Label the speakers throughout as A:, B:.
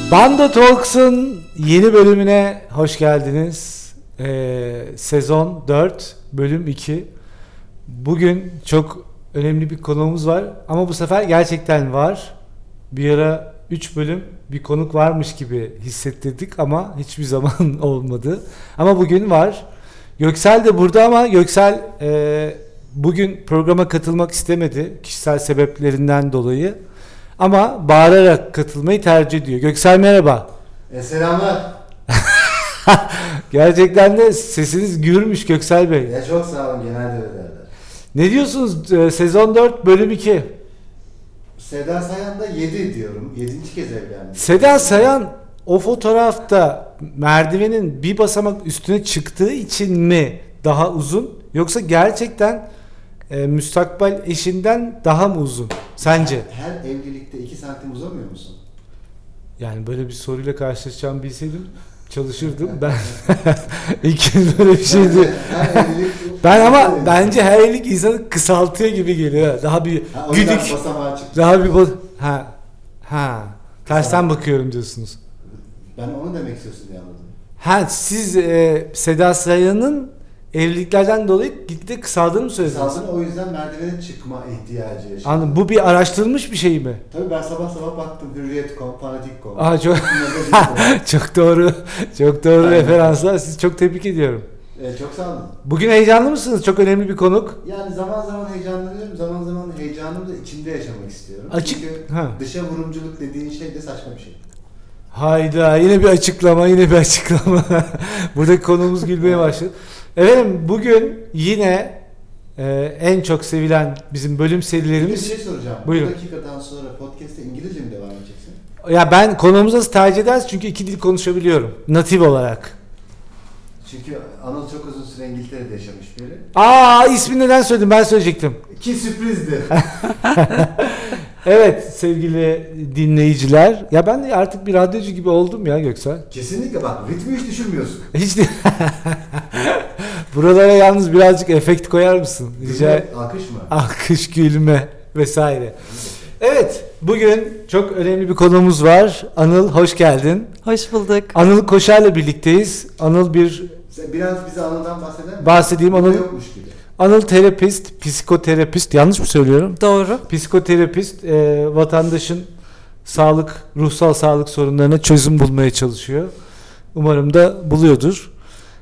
A: Bando Talks'un yeni bölümüne hoş geldiniz. Sezon 4, bölüm 2. Bugün çok önemli bir konuğumuz var ama bu sefer gerçekten var. Bir ara 3 bölüm bir konuk varmış gibi hissettirdik ama hiçbir zaman olmadı. Ama bugün var. Göksel de burada ama Göksel bugün programa katılmak istemedi kişisel sebeplerinden dolayı. Ama bağırarak katılmayı tercih ediyor. Göksel merhaba.
B: Selamlar.
A: Gerçekten de sesiniz gürmüş Göksel Bey.
B: Ya çok sağ olun, genelde öyle derler.
A: Ne diyorsunuz? Sezon 4 bölüm 2.
B: Seda Sayan da 7 diyorum. 7. kez evlendi.
A: Seda Sayan o fotoğrafta merdivenin bir basamak üstüne çıktığı için mi daha uzun? Yoksa gerçekten müstakbel eşinden daha mı uzun? Sence?
B: Her evlilikte 2 santim uzamıyor musun?
A: Yani böyle bir soruyla karşılaşacağımı bilseydim çalışırdım. Ben ilk böyle bir şeydi. Ben ama bence her evlilik insanı kısaltıyor gibi geliyor. Daha bir güdük. Daha bir tersten bakıyorum diyorsunuz.
B: Ben onu demek istiyorsun diye anladım.
A: Siz Seda Sayan'ın evliliklerden dolayı gitgide kısaldığını mı söylediniz?
B: Kısaldığını, o yüzden merdivene çıkma ihtiyacı yaşadım.
A: Anladım. Bu bir araştırılmış bir şey mi?
B: Tabii ben sabah sabah baktım. Hürriyet.com, Fanatik.com.
A: Çok çok doğru. Çok doğru referanslar. Sizi çok tebrik ediyorum.
B: Çok sağ olun.
A: Bugün heyecanlı mısınız? Çok önemli bir konuk.
B: Yani zaman zaman heyecanlanıyorum. Zaman zaman heyecanımı da içimde yaşamak istiyorum. Çünkü dışa vurumculuk dediğin şey de saçma bir şey.
A: Hayda, yine bir açıklama. Buradaki konuğumuz gülmeye başladı. Efendim bugün yine en çok sevilen bizim bölüm serilerimiz.
B: Bir şey soracağım.
A: Buyurun.
B: Bu dakikadan sonra podcast'te İngilizce mi devam edeceksin?
A: Ya ben konuğumuzu nasıl tercih ederiz? Çünkü 2 dil konuşabiliyorum. Natif olarak.
B: Çünkü Anıl çok uzun süre İngiltere'de yaşamış biri.
A: İsmini neden söyledim? Ben söyleyecektim.
B: Ki sürprizdi.
A: Evet sevgili dinleyiciler. Ya ben de artık bir radyocu gibi oldum ya Göksel.
B: Kesinlikle bak, ritmi hiç düşünmüyorsun.
A: Hiç de... Buralara yalnız birazcık efekt koyar mısın? Rica.
B: Alkış mı?
A: Alkış, gülme vesaire. Evet, bugün çok önemli bir konumuz var. Anıl hoş geldin.
C: Hoş bulduk.
A: Anıl Koşar'la birlikteyiz. Anıl
B: Sen biraz bize Anıl'dan bahseder misin?
A: Bahsedeyim. Anıl terapist, psikoterapist. Yanlış mı söylüyorum?
C: Doğru.
A: Psikoterapist, vatandaşın ruhsal sağlık sorunlarına çözüm bulmaya çalışıyor. Umarım da buluyordur.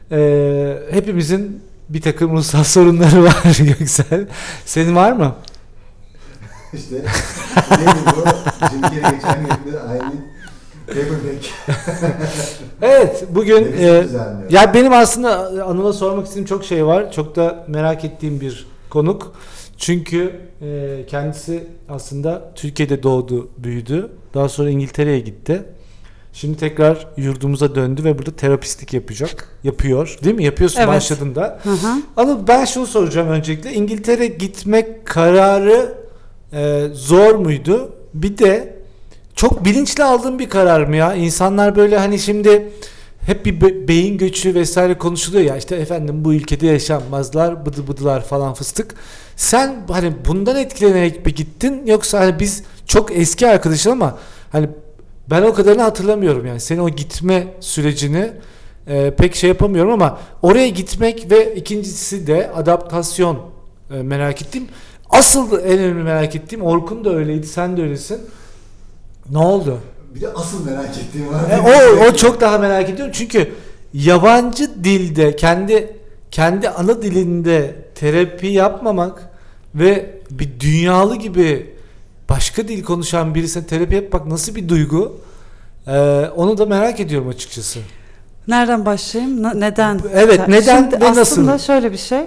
A: Hepimizin bir takım ruhsal sorunları var Göksel. Senin var mı?
B: İşte neydi bu? Jim Carrey geçen günde aynı Paperback.
A: Evet, bugün ya benim aslında Anıl'a sormak istediğim çok şey var. Çok da merak ettiğim bir konuk. Çünkü kendisi aslında Türkiye'de doğdu, büyüdü. Daha sonra İngiltere'ye gitti. Şimdi tekrar yurdumuza döndü ve burada terapistlik yapıyor. Değil mi? Yapıyorsun, evet. Başladın da. Anıl, ben şunu soracağım öncelikle. İngiltere gitmek kararı zor muydu? Bir de çok bilinçli aldığın bir karar mı ya? İnsanlar böyle hani şimdi hep bir beyin göçü vesaire konuşuluyor ya, işte efendim bu ülkede yaşanmazlar, bıdılar falan fıstık. Sen hani bundan etkilenerek mi gittin, yoksa hani biz çok eski arkadaşız ama hani ben o kadarını hatırlamıyorum yani senin o gitme sürecini pek şey yapamıyorum ama oraya gitmek ve ikincisi de adaptasyon merak ettim. Asıl en önemli merak ettiğim, Orkun da öyleydi, sen de öylesin. Ne oldu?
B: Bir de asıl merak ettiğim var.
A: O çok daha merak ediyorum çünkü yabancı dilde kendi ana dilinde terapi yapmamak ve bir dünyalı gibi başka dil konuşan birisine terapi yapmak nasıl bir duygu? Onu da merak ediyorum açıkçası.
C: Nereden başlayayım? Neden?
A: Evet, neden
C: Şimdi
A: ve nasıl?
C: Aslında şöyle bir şey.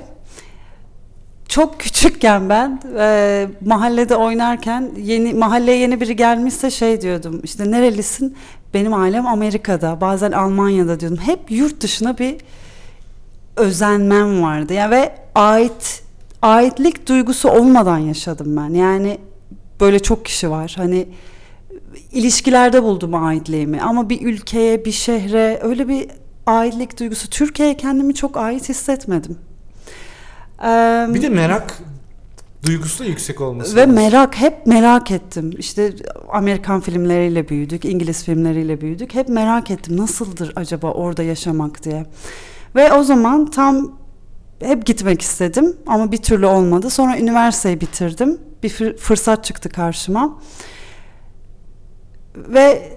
C: Çok küçükken ben mahallede oynarken mahalleye yeni biri gelmişse şey diyordum. İşte nerelisin? Benim ailem Amerika'da, bazen Almanya'da diyordum. Hep yurt dışına bir özenmem vardı. Yani ve aitlik duygusu olmadan yaşadım ben. Yani böyle çok kişi var. Hani ilişkilerde buldum aitliğimi ama bir ülkeye, bir şehre öyle bir aitlik duygusu. Türkiye'ye kendimi çok ait hissetmedim.
A: Bir de merak Duygusu da yüksek olması.
C: Ve hep merak ettim. İşte Amerikan filmleriyle büyüdük, İngiliz filmleriyle büyüdük. Hep merak ettim nasıldır acaba orada yaşamak diye. Ve o zaman hep gitmek istedim ama bir türlü olmadı. Sonra üniversiteyi bitirdim. Bir fırsat çıktı karşıma. Ve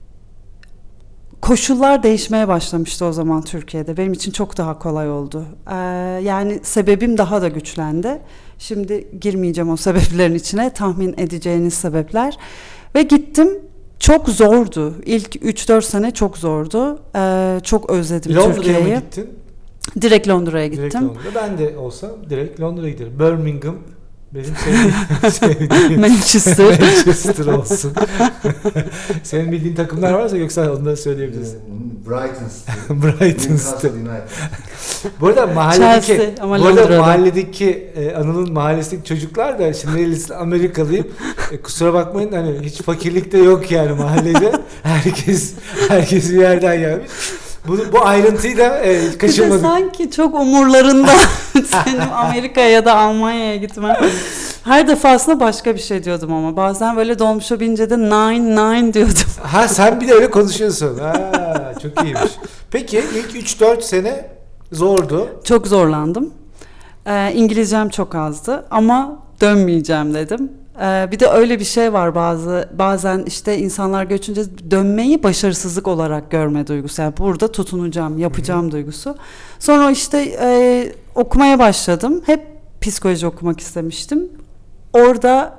C: koşullar değişmeye başlamıştı o zaman Türkiye'de. Benim için çok daha kolay oldu. Yani sebebim daha da güçlendi. Şimdi girmeyeceğim o sebeplerin içine. Tahmin edeceğiniz sebepler. Ve gittim. Çok zordu. İlk 3-4 sene çok zordu. Çok özledim Türkiye'yi.
A: Londra'ya mı gittin?
C: Direkt Londra'ya gittim.
A: Direkt Londra. Ben de olsam direkt Londra'ya giderim. Birmingham benim sevdiğim Manchester olsun. Senin bildiğin takımlar varsa yoksa onları söyleyebilirsin. Brighton City. Bu arada mahalledeki Anıl'ın mahallesindeki çocuklar da şimdi Amerikalıyım. Kusura bakmayın hani hiç fakirlik de yok yani mahallede. Herkes bir yerden gelmiş. Bu ayrıntıyı da kaçırmadık.
C: Bir de sanki çok umurlarında senin Amerika'ya ya da Almanya'ya gitmen. Her defasında başka bir şey diyordum ama bazen böyle dolmuşa binince de 9 diyordum.
A: Ha sen bir de öyle konuşuyorsun. Ha çok iyiymiş. Peki ilk 3-4 sene zordu.
C: Çok zorlandım. İngilizcem çok azdı ama dönmeyeceğim dedim. Bir de öyle bir şey var bazen işte insanlar göçünce dönmeyi başarısızlık olarak görme duygusu. Yani burada tutunacağım, yapacağım duygusu. Sonra işte okumaya başladım. Hep psikoloji okumak istemiştim. Orada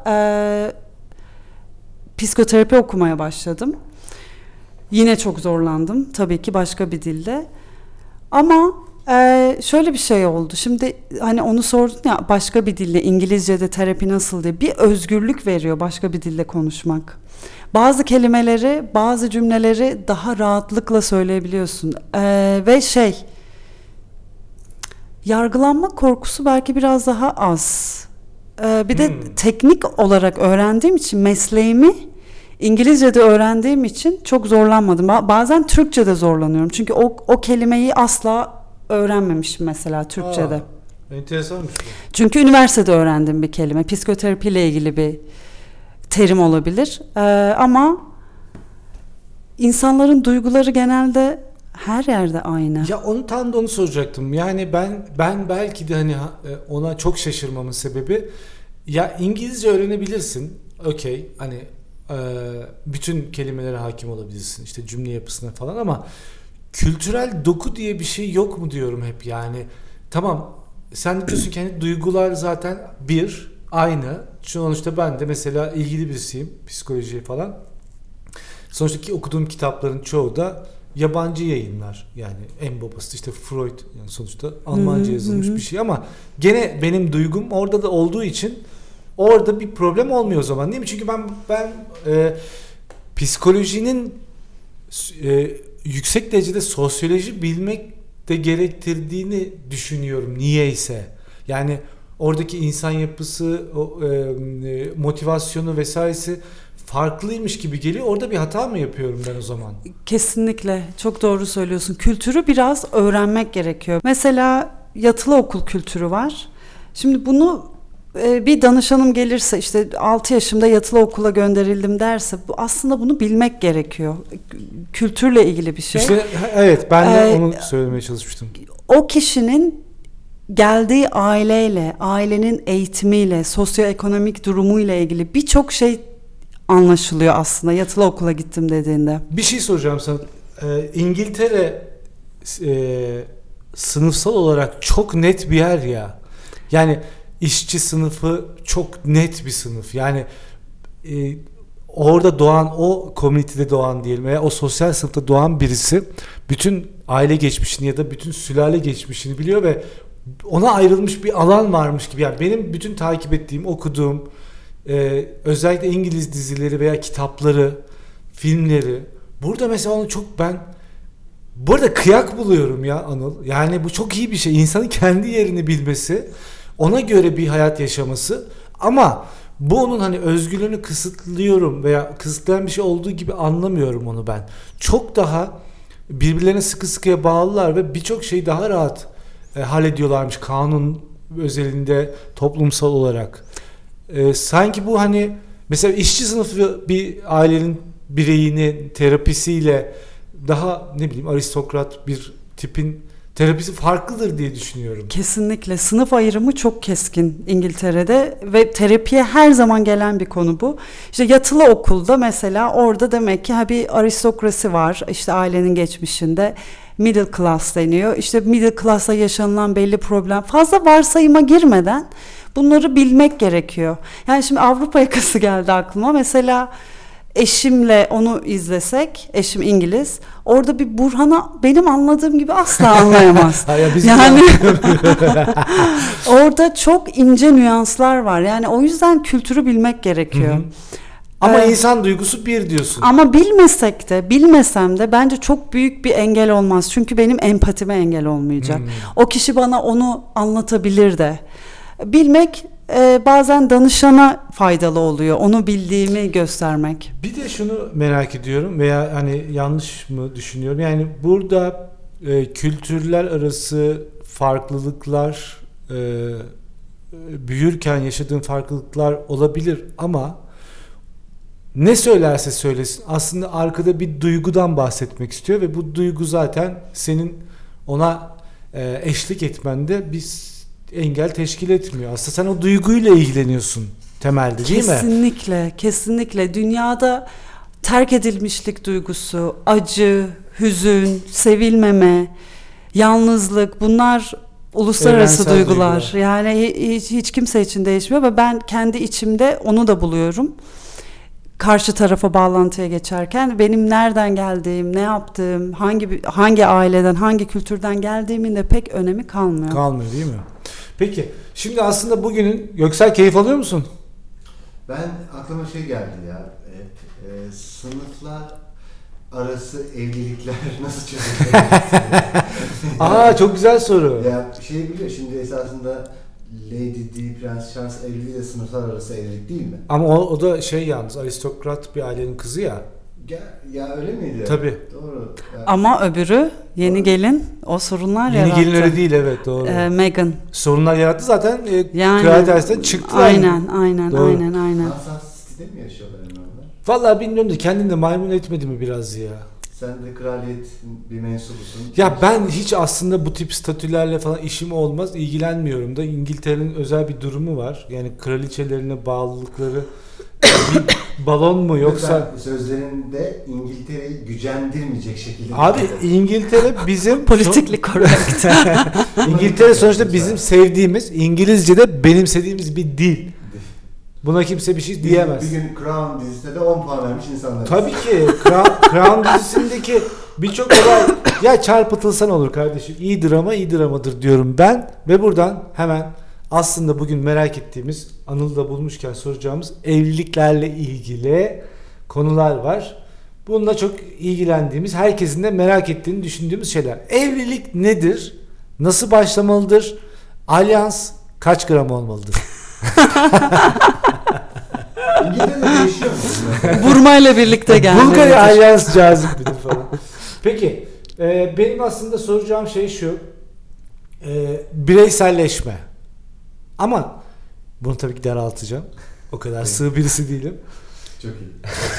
C: psikoterapi okumaya başladım. Yine çok zorlandım. Tabii ki başka bir dilde. Ama şöyle bir şey oldu. Şimdi hani onu sordun ya başka bir dilde İngilizce'de terapi nasıl diye bir özgürlük veriyor başka bir dilde konuşmak. Bazı kelimeleri, bazı cümleleri daha rahatlıkla söyleyebiliyorsun. Ve yargılanma korkusu belki biraz daha az. Bir de teknik olarak öğrendiğim için mesleğimi İngilizce'de öğrendiğim için çok zorlanmadım. Bazen Türkçe'de zorlanıyorum. Çünkü o kelimeyi asla öğrenmemişim mesela Türkçe'de.
A: Enteresanmış bu.
C: Çünkü üniversitede öğrendiğim bir kelime. Psikoterapiyle ilgili bir terim olabilir. Ama insanların duyguları genelde her yerde aynı.
A: Ya tam da onu soracaktım. Yani ben belki de hani ona çok şaşırmamın sebebi ya İngilizce öğrenebilirsin. Okey. Hani bütün kelimelere hakim olabilirsin. İşte cümle yapısına falan ama kültürel doku diye bir şey yok mu diyorum hep yani. Tamam sen diyorsun ki hani duygular zaten aynı. Sonuçta ben de mesela ilgili birisiyim psikoloji falan. Sonuçta ki okuduğum kitapların çoğu da yabancı yayınlar. Yani en babası işte Freud yani sonuçta Almanca yazılmış bir şey ama gene benim duygum orada da olduğu için orada bir problem olmuyor o zaman değil mi? Çünkü ben psikolojinin yüksek derecede sosyoloji bilmek de gerektirdiğini düşünüyorum niyeyse. Yani oradaki insan yapısı, motivasyonu vesairesi farklıymış gibi geliyor. Orada bir hata mı yapıyorum ben o zaman?
C: Kesinlikle. Çok doğru söylüyorsun. Kültürü biraz öğrenmek gerekiyor. Mesela yatılı okul kültürü var. Şimdi bunu bir danışanım gelirse işte 6 yaşımda yatılı okula gönderildim derse aslında bunu bilmek gerekiyor. Kültürle ilgili bir şey.
A: İşte evet ben de onu söylemeye çalışmıştım.
C: O kişinin geldiği aileyle, ailenin eğitimiyle, sosyoekonomik durumuyla ilgili birçok şey anlaşılıyor aslında yatılı okula gittim dediğinde.
A: Bir şey soracağım sana. İngiltere sınıfsal olarak çok net bir yer ya. Yani işçi sınıfı çok net bir sınıf. Yani orada doğan, o komünitede doğan diyelim veya o sosyal sınıfta doğan birisi bütün aile geçmişini ya da bütün sülale geçmişini biliyor ve ona ayrılmış bir alan varmış gibi. Yani benim bütün takip ettiğim, okuduğum özellikle İngiliz dizileri veya kitapları, filmleri burada mesela onu çok bu arada kıyak buluyorum ya Anıl. Yani bu çok iyi bir şey. İnsanın kendi yerini bilmesi, ona göre bir hayat yaşaması ama bu onun hani özgürlüğünü kısıtlıyorum veya kısıtlayan bir şey olduğu gibi anlamıyorum onu ben. Çok daha birbirlerine sıkı sıkıya bağlılar ve birçok şeyi daha rahat hallediyorlarmış kanun özelinde toplumsal olarak. Sanki bu hani mesela işçi sınıfı bir ailenin bireyinin terapisiyle daha ne bileyim aristokrat bir tipin terapisi farklıdır diye düşünüyorum.
C: Kesinlikle. Sınıf ayrımı çok keskin İngiltere'de ve terapiye her zaman gelen bir konu bu. İşte yatılı okulda mesela orada demek ki bir aristokrasi var. İşte ailenin geçmişinde middle class deniyor. İşte middle class'ta yaşanılan belli problem. Fazla varsayıma girmeden bunları bilmek gerekiyor. Yani şimdi Avrupa yakası geldi aklıma. Mesela eşimle onu izlesek, eşim İngiliz, orada bir Burhan'ı benim anladığım gibi asla anlayamaz. Yani orada çok ince nüanslar var. Yani o yüzden kültürü bilmek gerekiyor.
A: Hı-hı. Ama insan duygusu bir diyorsun.
C: Ama bilmesem de bence çok büyük bir engel olmaz. Çünkü benim empatime engel olmayacak. O kişi bana onu anlatabilir de. Bilmek bazen danışana faydalı oluyor. Onu bildiğimi göstermek.
A: Bir de şunu merak ediyorum veya hani yanlış mı düşünüyorum? Yani burada kültürler arası farklılıklar büyürken yaşadığın farklılıklar olabilir ama ne söylerse söylesin aslında arkada bir duygudan bahsetmek istiyor ve bu duygu zaten senin ona eşlik etmende engel teşkil etmiyor. Aslında sen o duyguyla ilgileniyorsun temelde değil mi?
C: Kesinlikle. Dünyada terk edilmişlik duygusu, acı, hüzün, sevilmeme, yalnızlık bunlar uluslararası duygular. Yani hiç kimse için değişmiyor ve ben kendi içimde onu da buluyorum. Karşı tarafa bağlantıya geçerken benim nereden geldiğim, ne yaptığım, hangi aileden, hangi kültürden geldiğimin de pek önemi kalmıyor.
A: Kalmıyor değil mi? Peki, şimdi aslında bugünün Göksel keyif alıyor musun?
B: Ben aklıma şey geldi ya, sınıflar arası evlilikler nasıl çözülüyor?
A: Çok güzel soru.
B: Ya biliyor şimdi esasında Lady Di, Prens Charles evliliği de sınıflar arası evlilik değil mi?
A: Ama o da yalnız aristokrat bir ailenin kızı ya.
B: Ya öyle miydi?
A: Tabii.
B: Doğru. Ya.
C: Ama öbürü yeni gelin o sorunlar yarattı.
A: Yeni gelin öyle değil evet doğru.
C: Meghan.
A: Sorunlar yarattı zaten
C: yani,
A: kraliyet ailesinden çıktılar.
C: Aynen.
B: Kansas City'de mi yaşıyorlar onlar?
A: Vallahi bilmiyorum da kendini de maymun etmedi mi biraz ya?
B: Sen de kraliyet bir mensubusun.
A: Ya ben hiç aslında bu tip statülerle falan işim olmaz, ilgilenmiyorum da. İngiltere'nin özel bir durumu var. Yani kraliçelerine bağlılıkları bir balon mu yoksa...
B: Sözlerinde İngiltere'yi gücendirmeyecek şekilde...
A: Abi İngiltere bizim...
C: Politically correct.
A: İngiltere sonuçta bizim sevdiğimiz, İngilizce'de benimsediğimiz bir dil. Buna kimse bir şey diyemez.
B: Bir gün Crown dizisinde de 10 puan vermiş insanlar.
A: Tabii ki Crown dizisindeki birçok olay ya çarpıtılsan olur kardeşim. İyi drama iyi dramadır diyorum ben ve buradan hemen aslında bugün merak ettiğimiz, Anıl'da bulmuşken soracağımız evliliklerle ilgili konular var. Bununla çok ilgilendiğimiz, herkesin de merak ettiğini düşündüğümüz şeyler. Evlilik nedir? Nasıl başlamalıdır? Alyans kaç gram olmalıdır?
B: İngiltere'de değişiyor mu?
C: Burmayla birlikte geldi.
A: Bulgarya alyans cazip midir falan. Peki benim aslında soracağım şey şu. Bireyselleşme. Ama bunu tabii ki daraltacağım. O kadar sığ birisi değilim.
B: Çok iyi.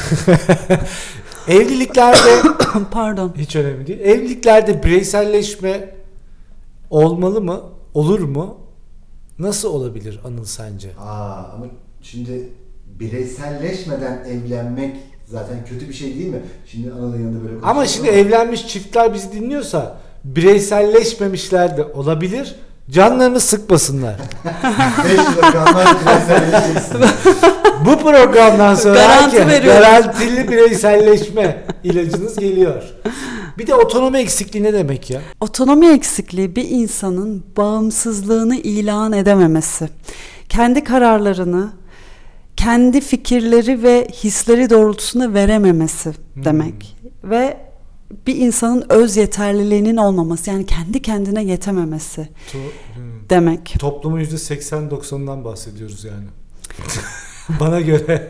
A: Evliliklerde
C: pardon.
A: Hiç önemli değil. Evliliklerde bireyselleşme olmalı mı? Olur mu? Nasıl olabilir Anıl sence?
B: Ama şimdi bireyselleşmeden evlenmek zaten kötü bir şey değil mi? Şimdi Anıl'ın yanında böyle konuşuyoruz.
A: Ama şimdi evlenmiş çiftler bizi dinliyorsa bireyselleşmemişler de olabilir. Canlarını sıkmasınlar.
B: 5 yıl kalmaz bireyselleşeceksin.
A: Bu programdan sonra
C: Garanti
A: garantili bireyselleşme ilacınız geliyor. Bir de otonomi eksikliği ne demek ya?
C: Otonomi eksikliği bir insanın bağımsızlığını ilan edememesi. Kendi kararlarını, kendi fikirleri ve hisleri doğrultusunda verememesi demek. Ve bir insanın öz yeterliliğinin olmaması, yani kendi kendine yetememesi demek.
A: Toplumun %80-90'dan bahsediyoruz yani. Bana göre.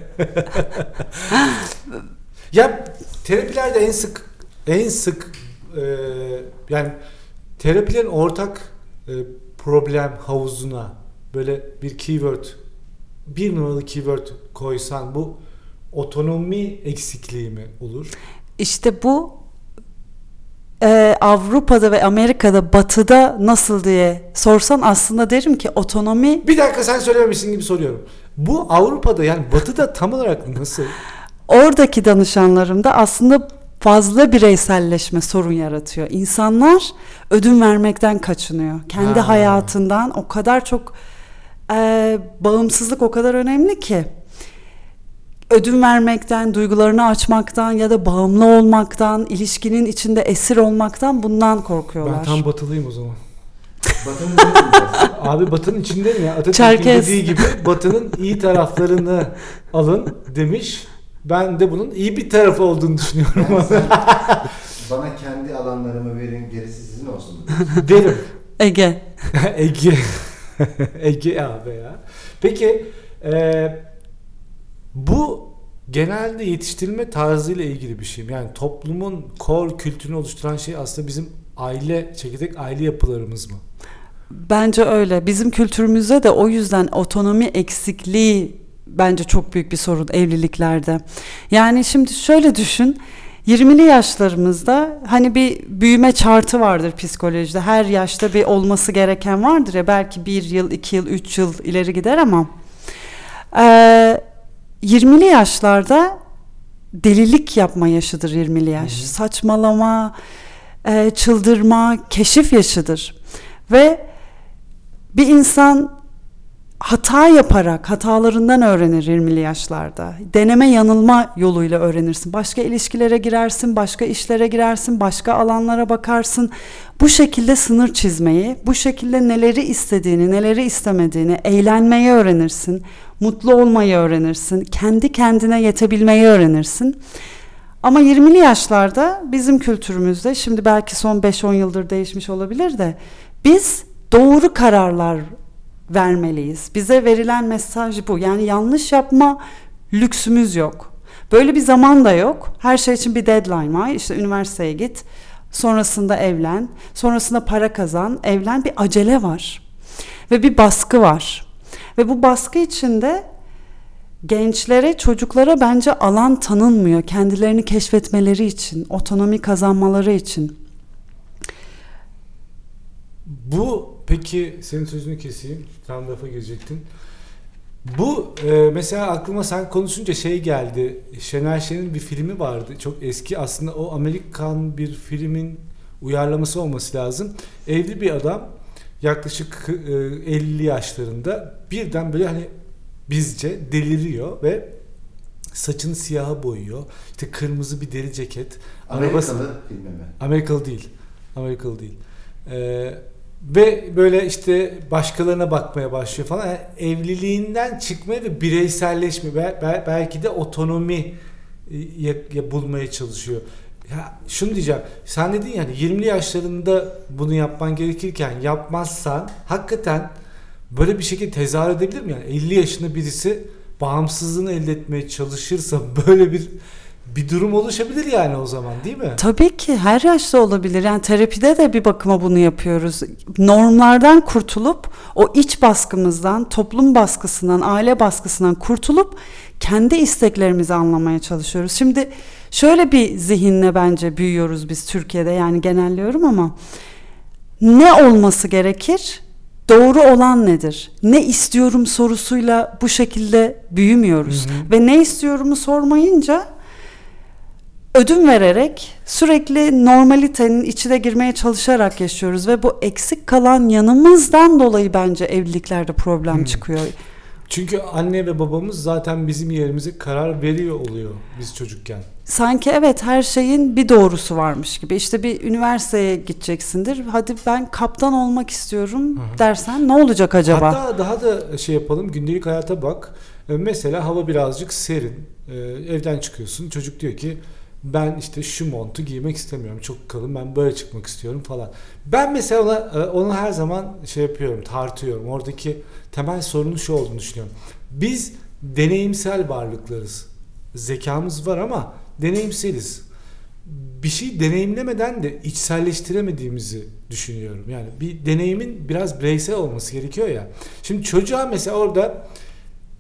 A: Ya terapilerde en sık yani terapilerin ortak problem havuzuna böyle bir keyword bir numaralı keyword koysan bu otonomi eksikliği mi olur?
C: İşte bu Avrupa'da ve Amerika'da, Batı'da nasıl diye sorsan aslında derim ki otonomi...
A: Bir dakika, sen söylememişsin gibi soruyorum. Bu Avrupa'da, yani Batı'da tam olarak nasıl?
C: Oradaki danışanlarım da aslında fazla bireyselleşme sorun yaratıyor. İnsanlar ödün vermekten kaçınıyor. Kendi hayatından o kadar çok bağımsızlık o kadar önemli ki. Ödün vermekten, duygularını açmaktan ya da bağımlı olmaktan, ilişkinin içinde esir olmaktan, bundan korkuyorlar.
A: Ben tam batılıyım o zaman.
B: Batı'nın ne?
A: Abi Batı'nın içindeyim ya. Atatürk'ün dediği gibi Batı'nın iyi taraflarını alın demiş. Ben de bunun iyi bir tarafı olduğunu düşünüyorum.
B: Yani bana kendi alanlarımı verin, gerisi sizin olsun.
A: Derim.
C: Ege.
A: Ege. Ege abi ya. Peki bu genelde yetiştirilme tarzıyla ilgili bir şey. Yani toplumun core kültürünü oluşturan şey aslında bizim çekirdek aile yapılarımız mı?
C: Bence öyle. Bizim kültürümüzde de o yüzden otonomi eksikliği bence çok büyük bir sorun evliliklerde. Yani şimdi şöyle düşün. 20'li yaşlarımızda hani bir büyüme chartı vardır psikolojide. Her yaşta bir olması gereken vardır ya. Belki 1 yıl, 2 yıl, 3 yıl ileri gider ama 20'li yaşlarda delilik yapma yaşıdır 20'li yaş. Hı hı. Saçmalama, çıldırma, keşif yaşıdır. Ve bir insan hata yaparak, hatalarından öğrenir 20'li yaşlarda. Deneme yanılma yoluyla öğrenirsin. Başka ilişkilere girersin, başka işlere girersin, başka alanlara bakarsın. Bu şekilde sınır çizmeyi, bu şekilde neleri istediğini, neleri istemediğini, eğlenmeyi öğrenirsin. Mutlu olmayı öğrenirsin. Kendi kendine yetebilmeyi öğrenirsin. Ama 20'li yaşlarda bizim kültürümüzde, şimdi belki son 5-10 yıldır değişmiş olabilir de, biz doğru kararlar vermeliyiz. Bize verilen mesaj bu. Yani yanlış yapma lüksümüz yok. Böyle bir zaman da yok. Her şey için bir deadline var. İşte üniversiteye git, sonrasında evlen, sonrasında para kazan, evlen. Bir acele var. Ve bir baskı var. Ve bu baskı içinde gençlere, çocuklara bence alan tanınmıyor. Kendilerini keşfetmeleri için, otonomi kazanmaları için.
A: Bu peki, senin sözünü keseyim. Tam lafa girecektin. Bu mesela aklıma sen konuşunca şey geldi. Şener Şen'in bir filmi vardı. Çok eski, aslında o Amerikan bir filmin uyarlaması olması lazım. Evli bir adam, yaklaşık 50 yaşlarında, birden böyle hani bizce deliriyor ve saçını siyaha boyuyor. İşte kırmızı bir deri ceket.
B: Amerikalı filmi mi?
A: Amerikalı değil. Amerikalı değil. Ve böyle işte başkalarına bakmaya başlıyor falan. Yani evliliğinden çıkmaya ve bireyselleşme, belki de otonomi bulmaya çalışıyor. Ya şunu diyeceğim. Sen dedin yani 20'li yaşlarında bunu yapman gerekirken yapmazsan hakikaten böyle bir şekilde tezahür edebilir mi? Yani 50 yaşında birisi bağımsızlığını elde etmeye çalışırsa böyle bir durum oluşabilir yani o zaman, değil mi?
C: Tabii ki her yaşta olabilir. Yani terapide de bir bakıma bunu yapıyoruz. Normlardan kurtulup, o iç baskımızdan, toplum baskısından, aile baskısından kurtulup kendi isteklerimizi anlamaya çalışıyoruz. Şimdi şöyle bir zihinle bence büyüyoruz biz Türkiye'de, yani genelliyorum ama ne olması gerekir? Doğru olan nedir? Ne istiyorum sorusuyla bu şekilde büyümüyoruz. Hı hı. Ve ne istiyorumu sormayınca ödün vererek, sürekli normalitenin içine girmeye çalışarak yaşıyoruz ve bu eksik kalan yanımızdan dolayı bence evliliklerde problem çıkıyor.
A: Çünkü anne ve babamız zaten bizim yerimize karar veriyor oluyor biz çocukken.
C: Sanki evet, her şeyin bir doğrusu varmış gibi. İşte bir üniversiteye gideceksindir. Hadi ben kaptan olmak istiyorum dersen ne olacak acaba?
A: Hatta daha da şey yapalım, gündelik hayata bak. Mesela hava birazcık serin. Evden çıkıyorsun. Çocuk diyor ki ben işte şu montu giymek istemiyorum, çok kalın, ben böyle çıkmak istiyorum falan. Ben mesela onu her zaman şey yapıyorum, tartıyorum. Oradaki temel sorunun şu olduğunu düşünüyorum. Biz deneyimsel varlıklarız. Zekamız var ama deneyimseliz. Bir şey deneyimlemeden de içselleştiremediğimizi düşünüyorum. Yani bir deneyimin biraz bireysel olması gerekiyor ya. Şimdi çocuğa mesela orada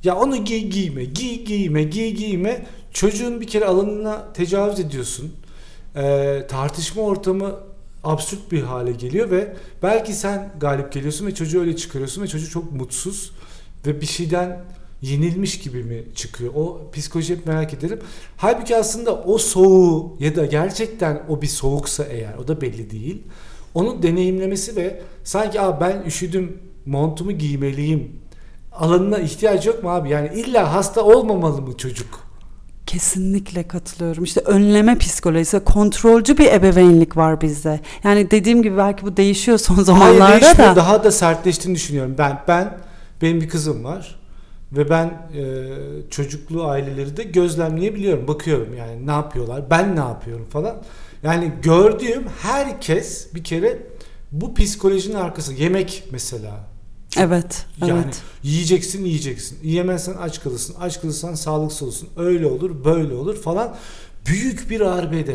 A: Ya onu giyme. Çocuğun bir kere alanına tecavüz ediyorsun. Tartışma ortamı absürt bir hale geliyor ve belki sen galip geliyorsun ve çocuğu öyle çıkarıyorsun ve çocuk çok mutsuz ve bir şeyden yenilmiş gibi mi çıkıyor? O psikoloji hep merak ederim. Halbuki aslında o soğuğu ya da gerçekten o bir soğuksa eğer, o da belli değil. Onu deneyimlemesi ve sanki ben üşüdüm, montumu giymeliyim alanına ihtiyaç yok mu abi? Yani illa hasta olmamalı mı çocuk?
C: Kesinlikle katılıyorum. İşte önleme psikolojisi, kontrolcü bir ebeveynlik var bizde. Yani dediğim gibi belki bu değişiyor son zamanlarda.
A: Hayır, değişmiyor.
C: Da.
A: Daha da sertleştiğini düşünüyorum. Benim bir kızım var ve ben çocuklu aileleri de gözlemleyebiliyorum. Bakıyorum yani ne yapıyorlar, ben ne yapıyorum falan. Yani gördüğüm herkes bir kere bu psikolojinin arkası. Yemek mesela.
C: Evet.
A: Yani yiyeceksin. Yiyemezsen aç kalırsın. Aç kalırsan sağlıksız olursun. Öyle olur, böyle olur falan. Büyük bir arbede.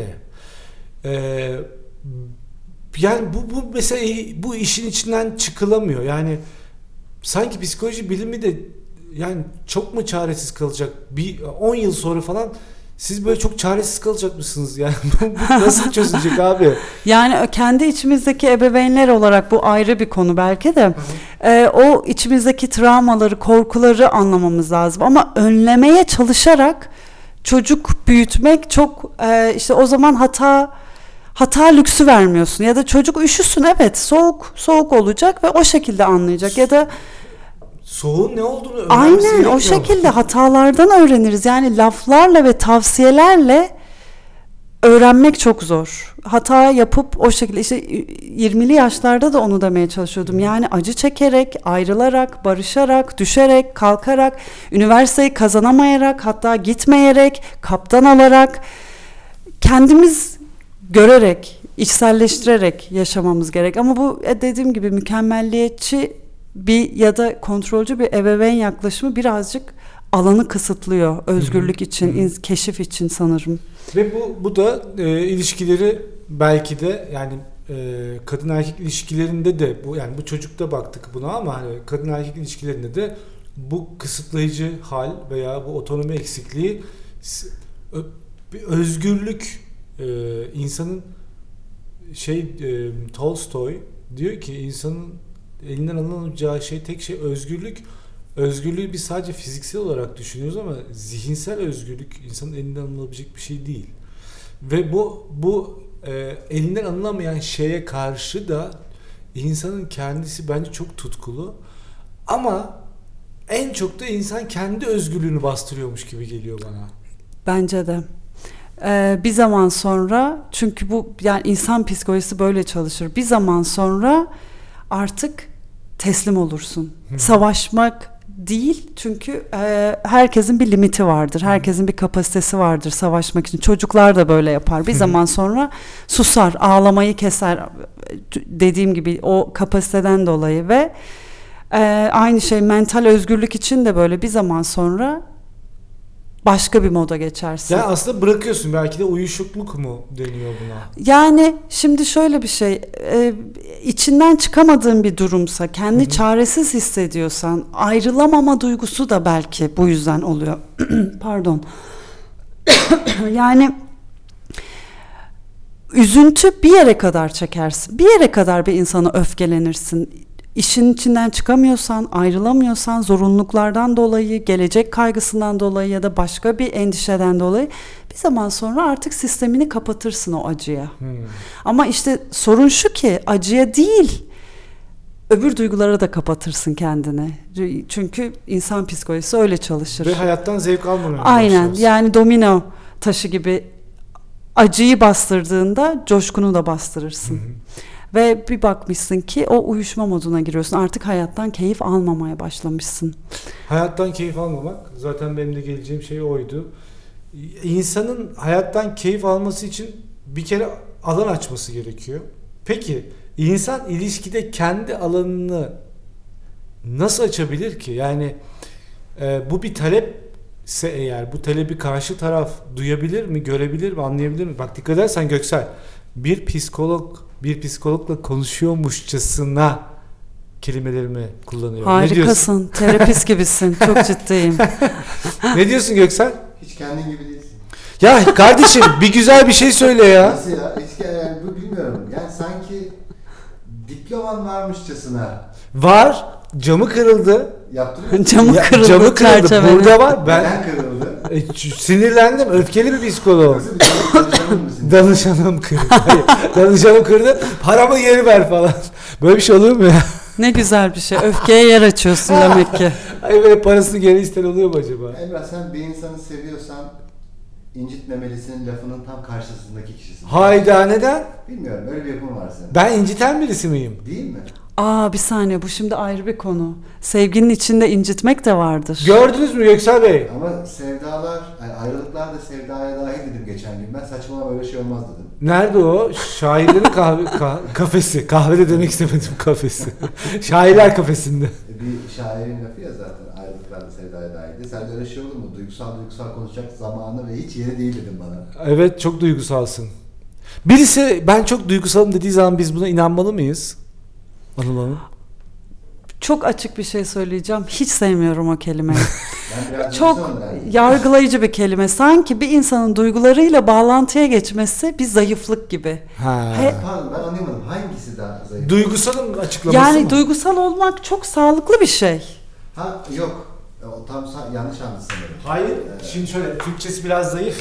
A: Yani bu mesela bu işin içinden çıkılamıyor. Yani sanki psikoloji bilimi de yani çok mu çaresiz kalacak? Bir 10 yıl sonra falan siz böyle çok çaresiz kalacak mısınız? Yani bu nasıl çözülecek abi?
C: Yani kendi içimizdeki ebeveynler olarak bu ayrı bir konu belki de. O içimizdeki travmaları, korkuları anlamamız lazım. Ama önlemeye çalışarak çocuk büyütmek çok işte o zaman hata lüksü vermiyorsun. Ya da çocuk üşüsün, evet, soğuk olacak ve o şekilde anlayacak. Ya da
A: soğuğun ne olduğunu öğrenmesi gerekiyor.
C: Aynen o şekilde hatalardan öğreniriz. Yani laflarla ve tavsiyelerle öğrenmek çok zor. Hata yapıp o şekilde işte 20'li yaşlarda da onu demeye çalışıyordum. Yani acı çekerek, ayrılarak, barışarak, düşerek, kalkarak, üniversiteyi kazanamayarak, hatta gitmeyerek, kaptan alarak, kendimiz görerek, içselleştirerek yaşamamız gerek. Ama bu dediğim gibi mükemmelliyetçi bir ya da kontrolcü bir ebeveyn yaklaşımı birazcık alanı kısıtlıyor özgürlük için, keşif için sanırım.
A: Ve bu da ilişkileri belki de yani kadın erkek ilişkilerinde de bu çocukta baktık buna ama hani kadın erkek ilişkilerinde de bu kısıtlayıcı hal veya bu otonomi eksikliği bir özgürlük insanın Tolstoy diyor ki insanın elinden alınacağı tek şey özgürlük. Özgürlüğü biz sadece fiziksel olarak düşünüyoruz ama zihinsel özgürlük insanın elinden alınabilecek bir şey değil. Ve bu elinden alınamayan şeye karşı da insanın kendisi bence çok tutkulu. Ama en çok da insan kendi özgürlüğünü bastırıyormuş gibi geliyor bana.
C: Bence de. Bir zaman sonra, çünkü bu yani insan psikolojisi böyle çalışır. Bir zaman sonra artık teslim olursun. Savaşmak değil, çünkü herkesin bir limiti vardır. Herkesin bir kapasitesi vardır savaşmak için. Çocuklar da böyle yapar. Bir zaman sonra susar, ağlamayı keser. Dediğim gibi o kapasiteden dolayı ve aynı şey mental özgürlük için de böyle bir zaman sonra başka bir moda geçersin.
A: Yani aslında bırakıyorsun, belki de uyuşukluk mu deniyor buna?
C: Yani şimdi şöyle bir şey, içinden çıkamadığın bir durumsa, kendi çaresiz hissediyorsan, ayrılamama duygusu da belki bu yüzden oluyor. Pardon. Yani üzüntü bir yere kadar çekersin, bir yere kadar bir insana öfkelenirsin. İşin içinden çıkamıyorsan, ayrılamıyorsan, zorunluluklardan dolayı, gelecek kaygısından dolayı ya da başka bir endişeden dolayı bir zaman sonra artık sistemini kapatırsın o acıya. Ama işte sorun şu ki acıya değil, öbür duygulara da kapatırsın kendini. Çünkü insan psikolojisi öyle çalışır.
A: Ve hayattan zevk almamaya
C: Aynen,
A: başlarsın.
C: yani domino taşı gibi acıyı bastırdığında coşkunu da bastırırsın. Ve bir bakmışsın ki o uyuşma moduna giriyorsun. Artık hayattan keyif almamaya başlamışsın.
A: Hayattan keyif almamak zaten benim de geleceğim şey oydu. İnsanın hayattan keyif alması için bir kere alan açması gerekiyor. Peki insan ilişkide kendi alanını nasıl açabilir ki? Yani bu bir talepse eğer, bu talebi karşı taraf duyabilir mi, görebilir mi, anlayabilir mi? Bak dikkat edersen Göksel, bir psikologla konuşuyormuşçasına kelimelerimi kullanıyorum.
C: Harikasın. Terapist gibisin. Çok ciddiyim.
A: Ne diyorsun Göksel?
B: Hiç kendin gibi değilsin.
A: Ya kardeşim bir güzel bir şey söyle ya.
B: Nasıl ya? Hiç yani bu bilmiyorum. Yani sanki diploman varmışçasına
A: Var. Camı kırıldı.
B: yaptırıyor.
C: Camı
A: Ya,
C: kırıldı.
A: camı kırıldı.
C: çerçevenin.
A: Burada var. Ben
B: Neden kırıldı?
A: sinirlendim. Öfkeli bir psikoloğum.
B: Nasıl bir danışanın mısın?
A: Danışanım kırdı. Hayır, danışanım kırdı. Paramı geri ver falan. Böyle bir şey olur mu ya?
C: Ne güzel bir şey. Öfkeye yer açıyorsun demek ki.
A: Ay böyle parasını geri isten oluyor mu acaba?
B: Emrah, sen bir insanı seviyorsan incitmemelisinin lafının tam karşısındaki kişisin.
A: Hayda, neden?
B: Bilmiyorum, öyle bir yapım var senin.
A: Ben inciten birisi miyim?
B: Değil mi?
C: Bir saniye, bu şimdi ayrı bir konu. Sevginin içinde incitmek de vardır.
A: Gördünüz mü Göksel Bey?
B: Ama sevdalar, yani ayrılıklar da sevdaya dahil dedim geçen gün. Ben saçmalama, öyle şey olmaz dedim.
A: Nerede o? Şairlerin kafesi. Kahvede demek istemedim, kafesi. Şairler kafesinde.
B: Bir şairin lafı ya zaten, ayrılıklar da sevdaya dahildi. Sen de öyle şey olur mu? Duygusal konuşacak zamanı ve hiç yeri değil dedim bana.
A: Evet, çok duygusalsın. Birisi ben çok duygusalım dediği zaman biz buna inanmalı mıyız? Anıl Hanım.
C: Çok açık bir şey söyleyeceğim. Hiç sevmiyorum o kelimeyi.
B: Ben biraz
C: Çok
B: duygusalım ben.
C: yargılayıcı bir kelime. Sanki bir insanın duygularıyla bağlantıya geçmesi bir zayıflık gibi.
A: Ha.
B: Pardon, ben anlayamadım. Hangisi daha zayıf?
A: Duygusalım açıklaması
C: Yani
A: mı?
C: duygusal olmak çok sağlıklı bir şey.
B: Ha yok. O tam yanlış anladın sanırım.
A: Hayır. Şimdi şöyle, Türkçesi biraz zayıf.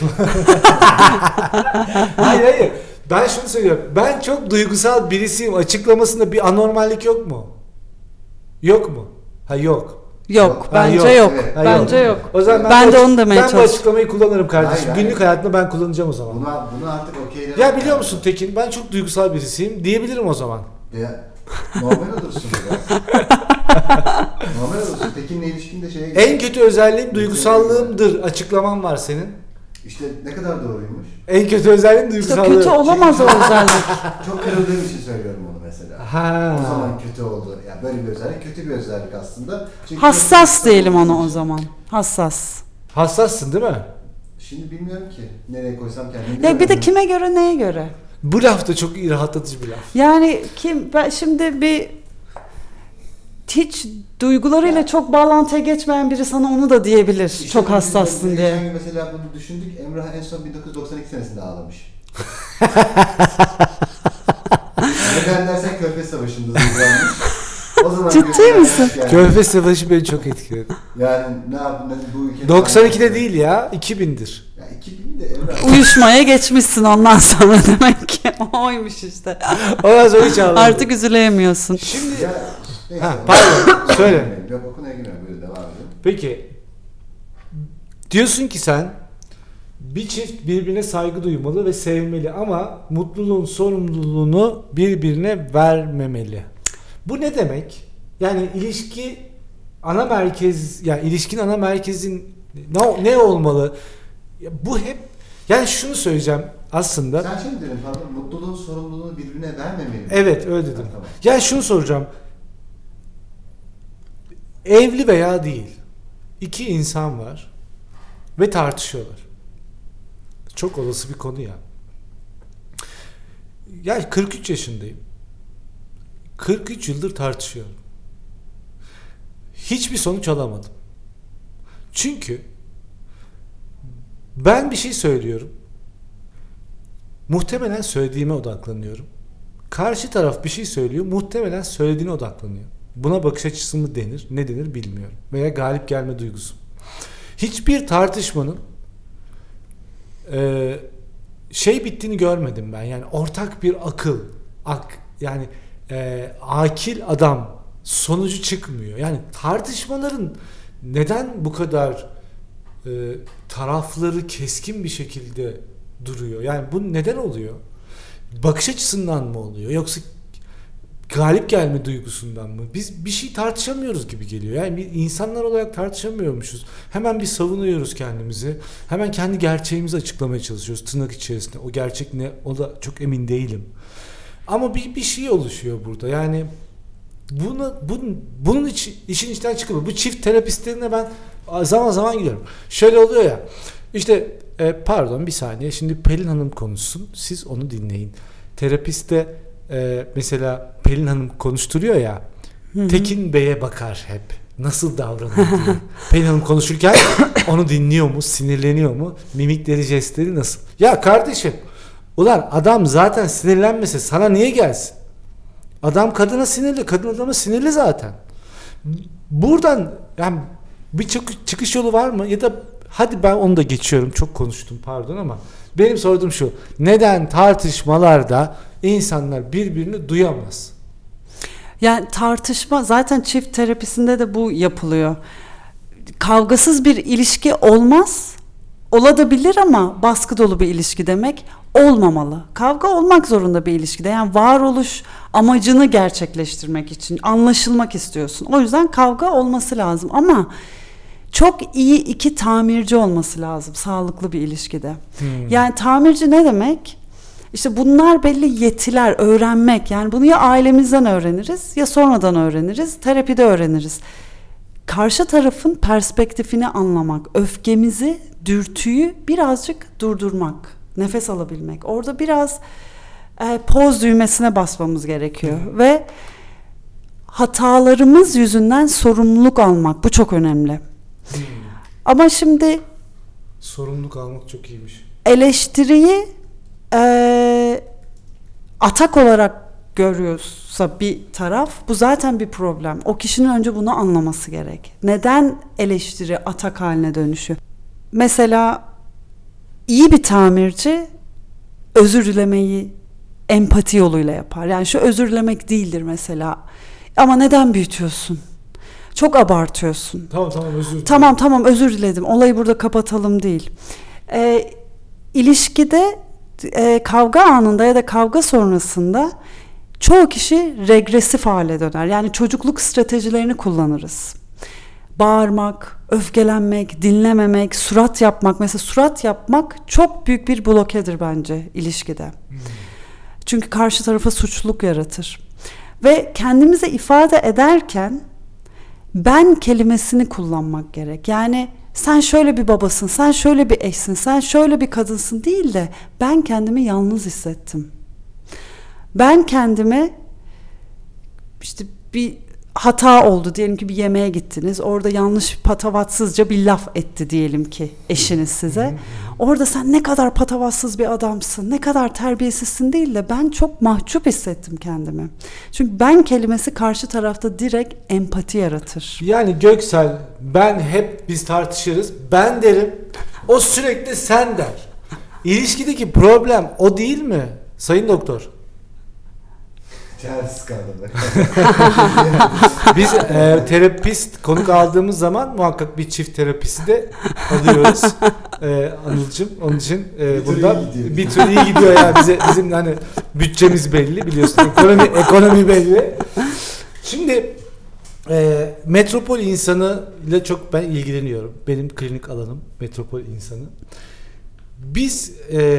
A: Hayır. Ben şunu söylüyorum. Ben çok duygusal birisiyim açıklamasında bir anormallik yok mu? Yok mu? Ha yok.
C: Yok,
B: Ha,
C: bence
A: yok.
C: yok.
B: Evet.
A: Ha,
C: Bence yok.
A: O zaman
C: Ben
A: bu
C: de onu demeye
A: Ben bu
C: çalıştım.
A: açıklamayı kullanırım kardeşim.
B: Hayır,
A: Günlük
B: hayır.
A: hayatımda ben kullanacağım o zaman.
B: Bunu artık okeylemem.
A: Ya biliyor musun Tekin, ben çok duygusal birisiyim diyebilirim o zaman.
B: Ya, normal olursun biraz. Normal olursun. Tekin'le ilişkinde şeye
A: En kötü özelliğim duygusallığımdır açıklamam var senin.
B: İşte ne kadar doğruymuş.
A: En kötü özelliğim
C: İşte
A: duygusallığım.
C: kötü olamaz o özellik.
B: Çok kırıldığım için söylüyorum onu mesela.
A: Ha.
B: O zaman kötü oldu. Yani böyle bir özellik kötü bir özellik aslında. Çünkü
C: Hassas diyelim onu o zaman. Hassas.
A: Hassassın değil mi?
B: Şimdi bilmiyorum ki nereye koysam kendimi.
C: Ya bir de
B: bilemedim.
C: kime göre neye göre?
A: Bu laf da çok iyi, rahatlatıcı bir laf.
C: Yani ben şimdi hiç duygularıyla çok bağlantıya geçmeyen biri sana onu da diyebilir.
B: İşte
C: Çok
B: biz
C: hassassın
B: geçen
C: diye.
B: gün mesela bunu düşündük. Emrah en son 1992 senesinde ağlamış. Neden dersen Körfez Savaşı'nda duygulanmış. O zaman
C: Ciddi
B: gözüne
C: misin?
B: yaş geldi.
A: Körfez Savaşı beni çok etkiledi.
B: Yani ne yaptın bu ülkede?
A: 92'de değil ya, 2000'dir.
B: Ya 2000'de Emrah.
C: Uyuşmaya geçmişsin ondan sonra demek ki. Oymuş işte.
A: Ondan sonra hiç ağlamadım.
C: Artık üzülemiyorsun.
A: Şimdi
B: Ya, neyse.
A: Ha, pardon, söyle.
B: Yok, o konuya girmiyorum, böyle devam edelim.
A: Peki, diyorsun ki sen bir çift birbirine saygı duymalı ve sevmeli ama mutluluğun sorumluluğunu birbirine vermemeli. Bu ne demek? Yani ilişki ana merkez, yani ilişkin ana merkezin ne olmalı? Ya bu hep, yani şunu söyleyeceğim aslında.
B: Sen şey mi dedin, pardon, mutluluğun sorumluluğunu birbirine vermemeli mi?
A: Evet, öyle dedim.
B: Ha, tamam.
A: Yani şunu soracağım. Evli veya değil, iki insan var ve tartışıyorlar. Çok olası bir konu ya. Yani 43 yaşındayım. 43 yıldır tartışıyorum. Hiçbir sonuç alamadım. Çünkü ben bir şey söylüyorum. Muhtemelen söylediğime odaklanıyorum. Karşı taraf bir şey söylüyor. Muhtemelen söylediğine odaklanıyor. Buna bakış açısı mı denir, ne denir bilmiyorum. Veya galip gelme duygusu. Hiçbir tartışmanın bittiğini görmedim ben. Yani ortak bir akıl, yani akil adam sonucu çıkmıyor. Yani tartışmaların neden bu kadar tarafları keskin bir şekilde duruyor? Yani bu neden oluyor? Bakış açısından mı oluyor? Yoksa galip gelme duygusundan mı? Biz bir şey tartışamıyoruz gibi geliyor. Yani bir insanlar olarak tartışamıyormuşuz. Hemen bir savunuyoruz kendimizi. Hemen kendi gerçeğimizi açıklamaya çalışıyoruz tırnak içerisinde. O gerçek ne? O da çok emin değilim. Ama bir şey oluşuyor burada. Yani bunun işin içinden çıkılıyor. Bu çift terapistlerine ben zaman zaman gidiyorum. Şöyle oluyor ya. İşte pardon bir saniye. Şimdi Pelin Hanım konuşsun. Siz onu dinleyin. Terapiste mesela Pelin Hanım konuşturuyor ya. Tekin Bey'e bakar hep. Nasıl davranıyor diye. Pelin Hanım konuşurken onu dinliyor mu, sinirleniyor mu, mimikleri, jestleri nasıl? Ya kardeşim, ulan adam zaten sinirlenmese sana niye gelsin? Adam kadına sinirli, kadın adama sinirli zaten. Buradan yani bir çıkış yolu var mı? Ya da hadi ben onu da geçiyorum, çok konuştum pardon ama benim sorduğum şu: neden tartışmalarda insanlar birbirini duyamaz?
C: Yani tartışma zaten çift terapisinde de bu yapılıyor. Kavgasız bir ilişki olmaz. Olabilir ama baskı dolu bir ilişki demek olmamalı. Kavga olmak zorunda bir ilişkide. Yani varoluş amacını gerçekleştirmek için anlaşılmak istiyorsun. O yüzden kavga olması lazım ama çok iyi iki tamirci olması lazım sağlıklı bir ilişkide. Yani tamirci ne demek? İşte bunlar belli yetiler, öğrenmek. Yani bunu ya ailemizden öğreniriz ya sonradan öğreniriz, terapide öğreniriz. Karşı tarafın perspektifini anlamak, öfkemizi, dürtüyü birazcık durdurmak, nefes alabilmek. Orada biraz poz düğmesine basmamız gerekiyor ve hatalarımız yüzünden sorumluluk almak. Bu çok önemli. Ama şimdi
A: Sorumluluk almak çok iyiymiş.
C: eleştiriyi atak olarak görüyorsa bir taraf, bu zaten bir problem. O kişinin önce bunu anlaması gerek. Neden eleştiri atak haline dönüşüyor? Mesela iyi bir tamirci özür dilemeyi empati yoluyla yapar. Yani şu özür dilemek değildir mesela. Ama neden büyütüyorsun? Çok abartıyorsun.
A: Tamam özür dilerim.
C: Tamam özür diledim. Olayı burada kapatalım değil. İlişkide kavga anında ya da kavga sonrasında çoğu kişi regresif hale döner. Yani çocukluk stratejilerini kullanırız. Bağırmak, öfkelenmek, dinlememek, surat yapmak. Mesela surat yapmak çok büyük bir blokedir bence ilişkide. Çünkü karşı tarafa suçluluk yaratır. Ve kendimize ifade ederken ben kelimesini kullanmak gerek. Yani sen şöyle bir babasın, sen şöyle bir eşsin, sen şöyle bir kadınsın değil de ben kendimi yalnız hissettim. Ben kendime işte bir hata oldu, diyelim ki bir yemeğe gittiniz, orada yanlış patavatsızca bir laf etti diyelim ki eşiniz size. Orada sen ne kadar patavatsız bir adamsın, ne kadar terbiyesizsin değil de ben çok mahcup hissettim kendimi. Çünkü ben kelimesi karşı tarafta direkt empati yaratır.
A: Yani Göksel, biz tartışırız, ben derim, o sürekli sen der. İlişkideki problem o değil mi sayın doktor?
B: Ters kaldı.
A: Biz terapist konuk aldığımız zaman muhakkak bir çift terapisi de alıyoruz. Anılcım, onun için burada bir tür iyi gidiyor ya, bizim hani bütçemiz belli, biliyorsun, ekonomi belli. Şimdi metropol insanı ile çok ben ilgileniyorum. Benim klinik alanım metropol insanı. Biz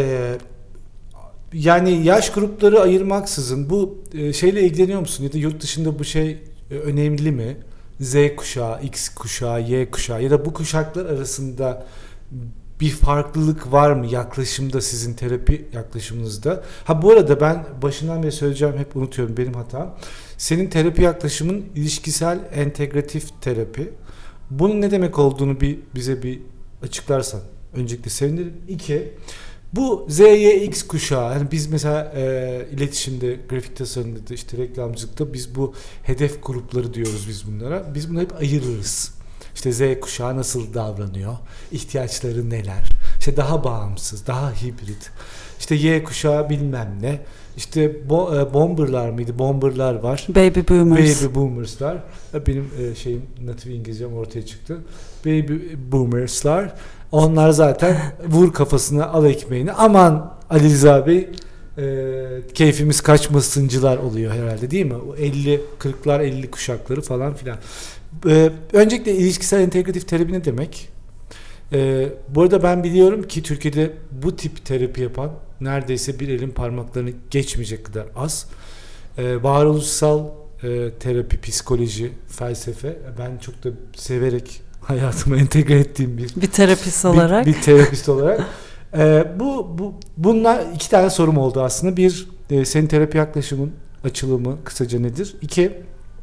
A: yani yaş grupları ayırmaksızın bu şeyle ilgileniyor musun? Ya da yurt dışında bu şey önemli mi? Z kuşağı, X kuşağı, Y kuşağı ya da bu kuşaklar arasında bir farklılık var mı yaklaşımda, sizin terapi yaklaşımınızda? Ha bu arada ben başından beri söyleyeceğim, hep unutuyorum, benim hatam. Senin terapi yaklaşımın ilişkisel entegratif terapi. Bunun ne demek olduğunu bize bir açıklarsan öncelikle sevinirim. 2. Bu Z, Y, X kuşağı, yani biz mesela iletişimde, grafik tasarımda, işte reklamcılıkta biz bu hedef grupları diyoruz biz bunlara. Biz bunu hep ayırırız. İşte Z kuşağı nasıl davranıyor, ihtiyaçları neler, işte daha bağımsız, daha hibrit. İşte Y kuşağı bilmem ne, işte bomberlar mıydı? Bomberlar var.
C: Baby boomers.
A: Baby boomerslar. Benim natif İngilizcem ortaya çıktı. Baby boomerslar. Onlar zaten vur kafasına, al ekmeğini. Aman Ali Rıza Bey, keyfimiz kaçmasıncılar oluyor herhalde, değil mi? O 40'lar 50 kuşakları falan filan. Öncelikle ilişkisel entegratif terapi ne demek? Bu arada ben biliyorum ki Türkiye'de bu tip terapi yapan neredeyse bir elin parmaklarını geçmeyecek kadar az. Varoluşsal terapi, psikoloji, felsefe, ben çok da severek hayatıma entegre ettiğim bir
C: terapist olarak.
A: Bir terapist olarak. Bunlar 2 tane sorum oldu aslında. Bir, senin terapi yaklaşımın açılımı kısaca nedir? 2,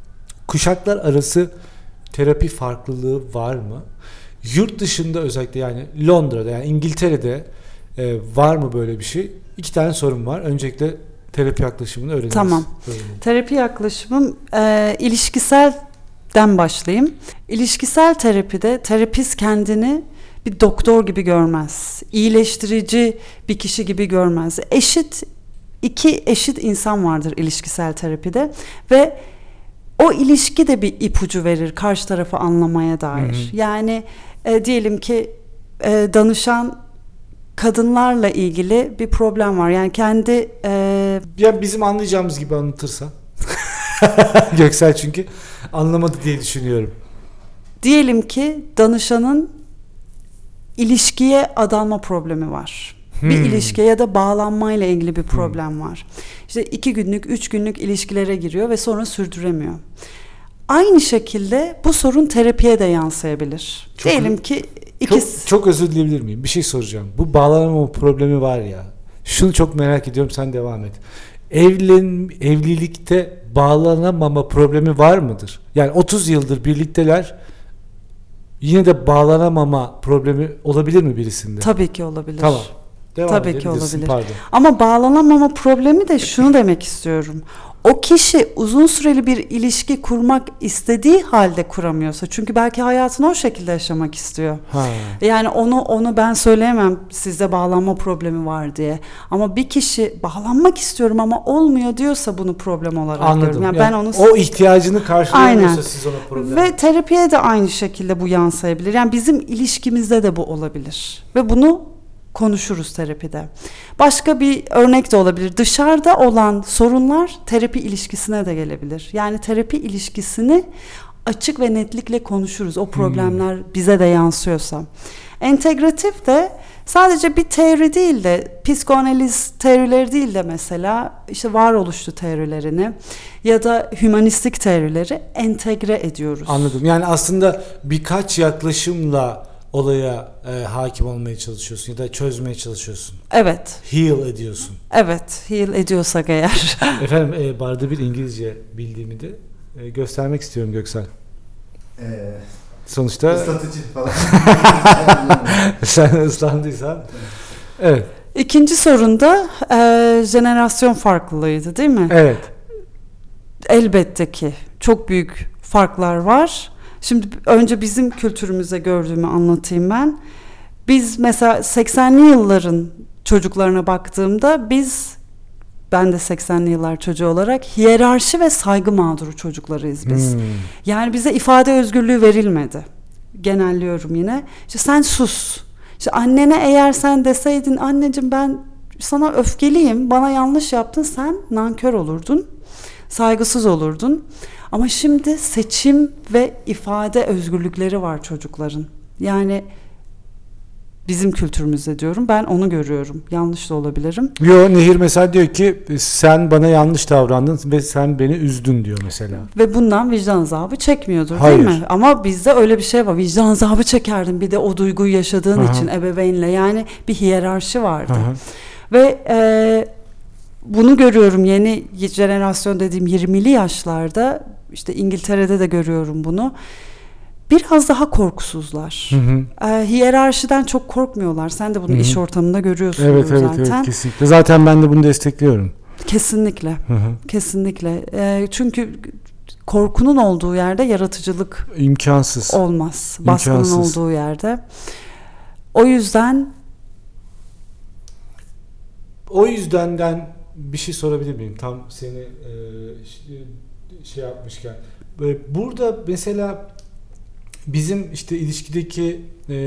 A: kuşaklar arası terapi farklılığı var mı? Yurt dışında özellikle yani Londra'da yani İngiltere'de var mı böyle bir şey? 2 tane sorum var. Öncelikle terapi yaklaşımını öğreniriz.
C: Tamam. Terapi yaklaşımım ilişkiselden başlayayım. İlişkisel terapide terapist kendini bir doktor gibi görmez. İyileştirici bir kişi gibi görmez. İki eşit insan vardır ilişkisel terapide ve o ilişki de bir ipucu verir karşı tarafı anlamaya dair. Hı hı. Yani diyelim ki danışan kadınlarla ilgili bir problem var. Yani kendi
A: ya bizim anlayacağımız gibi anlatırsan. Göksel çünkü anlamadı diye düşünüyorum.
C: Diyelim ki danışanın ilişkiye adanma problemi var. Bir ilişkiye ya da bağlanmayla ilgili bir problem var. İşte 2 günlük, 3 günlük ilişkilere giriyor ve sonra sürdüremiyor. Aynı şekilde bu sorun terapiye de yansıyabilir. Diyelim ki
A: çok özür dileyebilir miyim? Bir şey soracağım. Bu bağlanma problemi var ya. Şunu çok merak ediyorum, sen devam et. Evlilikte bağlanamama problemi var mıdır? Yani 30 yıldır birlikteler, yine de bağlanamama problemi olabilir mi birisinde?
C: Tabii ki olabilir.
A: Tamam.
C: Tabii ki olabilir. Pardon. Ama bağlanamama problemi de şunu demek istiyorum. O kişi uzun süreli bir ilişki kurmak istediği halde kuramıyorsa, çünkü belki hayatını o şekilde yaşamak istiyor. Yani onu ben söyleyemem sizde bağlanma problemi var diye. Ama bir kişi bağlanmak istiyorum ama olmuyor diyorsa bunu problem olarak görüyorum. Yani ben
A: o ihtiyacını karşılayamıyorsa siz ona problem.
C: Ve terapiye de aynı şekilde bu yansıyabilir. Yani bizim ilişkimizde de bu olabilir. Ve bunu konuşuruz terapide. Başka bir örnek de olabilir. Dışarıda olan sorunlar terapi ilişkisine de gelebilir. Yani terapi ilişkisini açık ve netlikle konuşuruz. O problemler bize de yansıyorsa. Entegratif de sadece bir teori değil de, psikoanaliz teorileri değil de mesela işte varoluşlu teorilerini ya da hümanistik teorileri entegre ediyoruz.
A: Anladım. Yani aslında birkaç yaklaşımla olaya hakim olmaya çalışıyorsun ya da çözmeye çalışıyorsun.
C: Evet.
A: Heal ediyorsun.
C: Evet, heal ediyorsak eğer.
A: Efendim barda bir İngilizce bildiğimi de göstermek istiyorum Göksel. Sonuçta
B: ıslatıcı falan.
A: Sen ıslandıysan. Evet.
C: İkinci sorunda jenerasyon farklılığıydı değil mi?
A: Evet.
C: Elbette ki çok büyük farklar var. Şimdi önce bizim kültürümüzde gördüğümü anlatayım ben. Biz mesela 80'li yılların çocuklarına baktığımda ben de 80'li yıllar çocuğu olarak hiyerarşi ve saygı mağduru çocuklarıyız biz. Yani bize ifade özgürlüğü verilmedi. Genelliyorum yine. İşte sen sus. İşte annene eğer sen deseydin anneciğim ben sana öfkeliyim, bana yanlış yaptın, sen nankör olurdun. Saygısız olurdun. Ama şimdi seçim ve ifade özgürlükleri var çocukların. Yani bizim kültürümüzde diyorum. Ben onu görüyorum. Yanlış da olabilirim.
A: Nehir mesela diyor ki sen bana yanlış davrandın ve sen beni üzdün diyor mesela.
C: Ve bundan vicdan azabı çekmiyordur.
A: Hayır.
C: Değil mi? Ama bizde öyle bir şey var. Vicdan azabı çekerdin bir de o duyguyu yaşadığın için ebeveynle. Yani bir hiyerarşi vardı. Ve bunu görüyorum yeni jenerasyon dediğim 20'li yaşlarda, işte İngiltere'de de görüyorum bunu. Biraz daha korkusuzlar. Hiyerarşiden çok korkmuyorlar. Sen de bunu iş ortamında görüyorsun zaten.
A: Evet, kesinlikle. Zaten ben de bunu destekliyorum.
C: Kesinlikle. Kesinlikle. Çünkü korkunun olduğu yerde yaratıcılık
A: imkansız
C: olmaz. Baskının olduğu yerde. O
A: yüzdenden bir şey sorabilir miyim? Tam seni şey yapmışken. Burada mesela bizim işte ilişkideki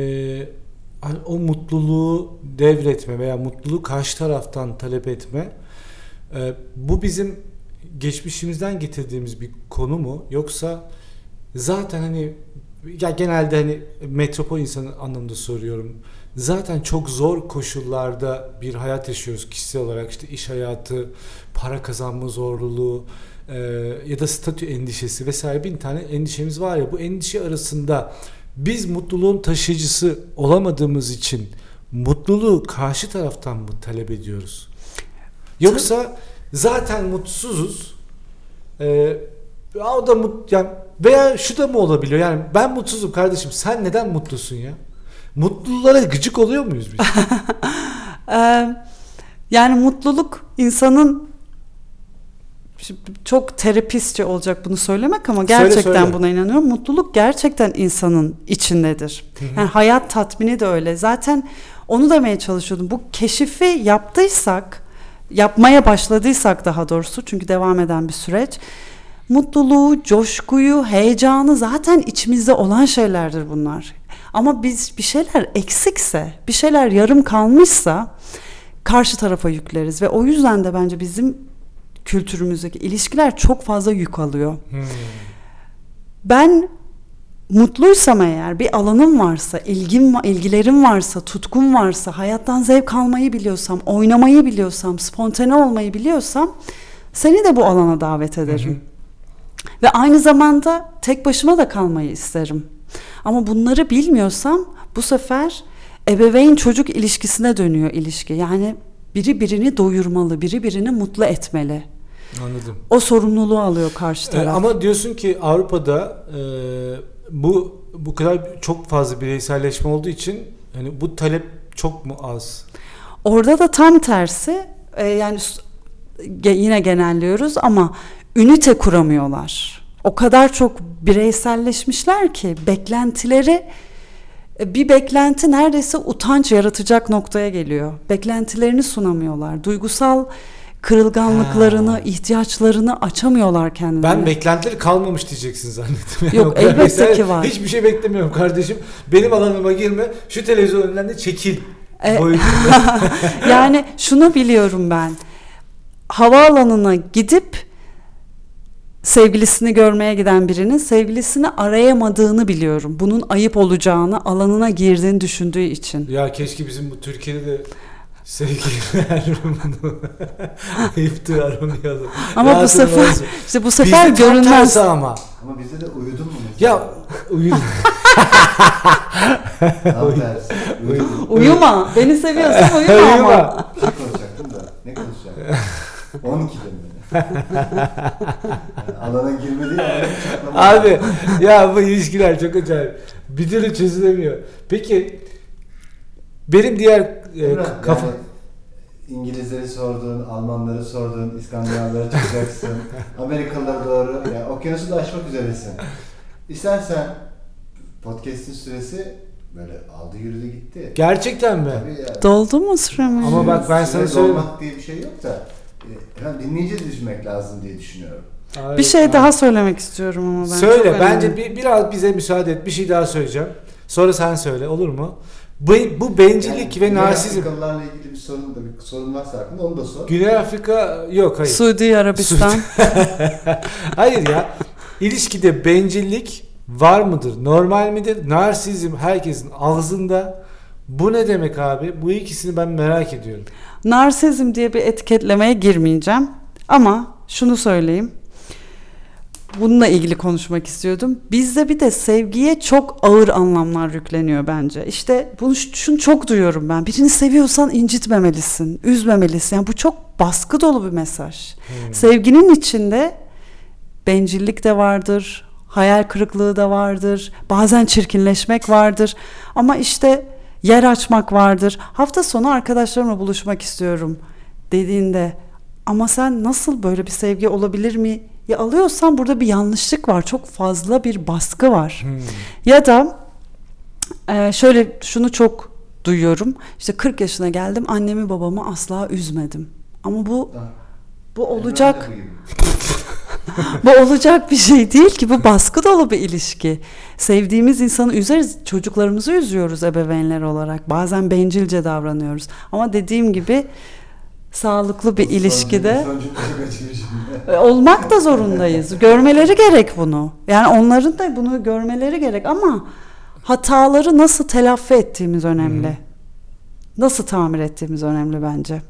A: o mutluluğu devretme veya mutluluğu karşı taraftan talep etme, bu bizim geçmişimizden getirdiğimiz bir konu mu? Yoksa zaten hani ya genelde hani metropol insanı anlamında soruyorum. Zaten çok zor koşullarda bir hayat yaşıyoruz kişisel olarak, işte iş hayatı, para kazanma zorluluğu ya da statü endişesi vesaire, 1000 tane endişemiz var ya, bu endişe arasında biz mutluluğun taşıyıcısı olamadığımız için mutluluğu karşı taraftan mı talep ediyoruz? Yoksa zaten mutsuzuz, Ya o da yani veya şu da mı olabiliyor? Yani ben mutsuzum kardeşim. Sen neden mutlusun ya? Mutlululara gıcık oluyor muyuz biz?
C: Yani mutluluk insanın, çok terapistçe olacak bunu söylemek ama gerçekten
A: söyle.
C: buna inanıyorum. Mutluluk gerçekten insanın içindedir. Yani hayat tatmini de öyle. Zaten onu demeye çalışıyordum. Bu keşifi yapmaya başladıysak daha doğrusu, çünkü devam eden bir süreç. Mutluluğu, coşkuyu, heyecanı zaten içimizde olan şeylerdir bunlar. Ama biz bir şeyler eksikse, bir şeyler yarım kalmışsa karşı tarafa yükleriz ve o yüzden de bence bizim kültürümüzdeki ilişkiler çok fazla yük alıyor. Ben mutluysam eğer, bir alanım varsa, ilgilerim varsa, tutkum varsa, hayattan zevk almayı biliyorsam, oynamayı biliyorsam, spontane olmayı biliyorsam seni de bu alana davet ederim. Ve aynı zamanda tek başıma da kalmayı isterim. Ama bunları bilmiyorsam bu sefer ebeveyn çocuk ilişkisine dönüyor ilişki. Yani biri birini doyurmalı, biri birini mutlu etmeli.
A: Anladım.
C: O sorumluluğu alıyor karşı taraf.
A: Ama diyorsun ki Avrupa'da bu kadar çok fazla bireyselleşme olduğu için hani bu talep çok mu az?
C: Orada da tam tersi, yani yine genelliyoruz ama ünite kuramıyorlar. O kadar çok bireyselleşmişler ki bir beklenti neredeyse utanç yaratacak noktaya geliyor. Beklentilerini sunamıyorlar. Duygusal kırılganlıklarını, ihtiyaçlarını açamıyorlar kendilerine.
A: Ben beklentileri kalmamış diyeceksin zannettim.
C: Yok, elbette ki var.
A: Hiçbir şey beklemiyorum kardeşim. Benim alanıma girme. Şu televizyon önünden de çekil.
C: Yani şunu biliyorum ben. Havaalanına gidip sevgilisini görmeye giden birinin sevgilisini arayamadığını biliyorum. Bunun ayıp olacağını, alanına girdiğini düşündüğü için.
A: Ya keşke bizim bu Türkiye'de de sevgililer bunu ayıptır aramayalım.
C: Ama bu sefer
A: bizde
C: görünmez.
B: Ama bizde de uyudun mu mesela?
A: Ya uyudum.
C: Uyuma. Beni seviyorsan uyuma ama.
B: Bir şey konuşacaktım da. Ne konuşacaktım? 12'de mi? Alana girme değil, alana çatlama.
A: Abi ya bu ilişkiler çok acayip. Bir türlü çözülemiyor. Peki benim diğer kafa...
B: Yani, İngilizleri sordun, Almanları sordun, İskandinavlara çıkacaksın, Amerikalılara doğru, yani okyanusu da aşmak üzeresin. İstersen podcast'in süresi böyle aldı yürüdü gitti.
A: Gerçekten mi?
B: Tabii ya.
C: Doldu mu süremiz?
A: Ama bak ben sana söyleyeyim.
B: Dolmak diye bir şey yok da dinleyici de düşünmek lazım diye düşünüyorum.
C: Bir şey daha söylemek istiyorum ama ben.
A: Söyle bence biraz bize müsaade et. Bir şey daha söyleyeceğim. Sonra sen söyle, olur mu? Bu bencillik
B: Yani,
A: ve narsizm.
B: Güney Afrikalılarla ilgili bir sorun varsa aklında onu da sor.
A: Güney Afrika yok, hayır.
C: Suudi Arabistan.
A: Hayır ya. İlişkide bencillik var mıdır? Normal midir? Narsizm herkesin ağzında. Bu ne demek abi? Bu ikisini ben merak ediyorum.
C: Narsizm diye bir etiketlemeye girmeyeceğim. Ama şunu söyleyeyim. Bununla ilgili konuşmak istiyordum. Bizde bir de sevgiye çok ağır anlamlar yükleniyor bence. İşte şunu çok duyuyorum ben. Birini seviyorsan incitmemelisin, üzmemelisin. Yani bu çok baskı dolu bir mesaj. Sevginin içinde bencillik de vardır, hayal kırıklığı da vardır, bazen çirkinleşmek vardır. Ama işte yer açmak vardır. Hafta sonu arkadaşlarımla buluşmak istiyorum dediğinde, ama sen nasıl böyle bir sevgi olabilir mi? Ya alıyorsan burada bir yanlışlık var. Çok fazla bir baskı var. Ya da şunu çok duyuyorum. İşte 40 yaşına geldim, annemi babamı asla üzmedim. Ama bu olacak. Bu olacak bir şey değil ki. Bu baskı dolu bir ilişki. Sevdiğimiz insanı üzeriz. Çocuklarımızı üzüyoruz ebeveynler olarak. Bazen bencilce davranıyoruz. Ama dediğim gibi sağlıklı bir ilişkide olmak da zorundayız. Görmeleri gerek bunu. Yani onların da bunu görmeleri gerek ama hataları nasıl telafi ettiğimiz önemli. Nasıl tamir ettiğimiz önemli bence.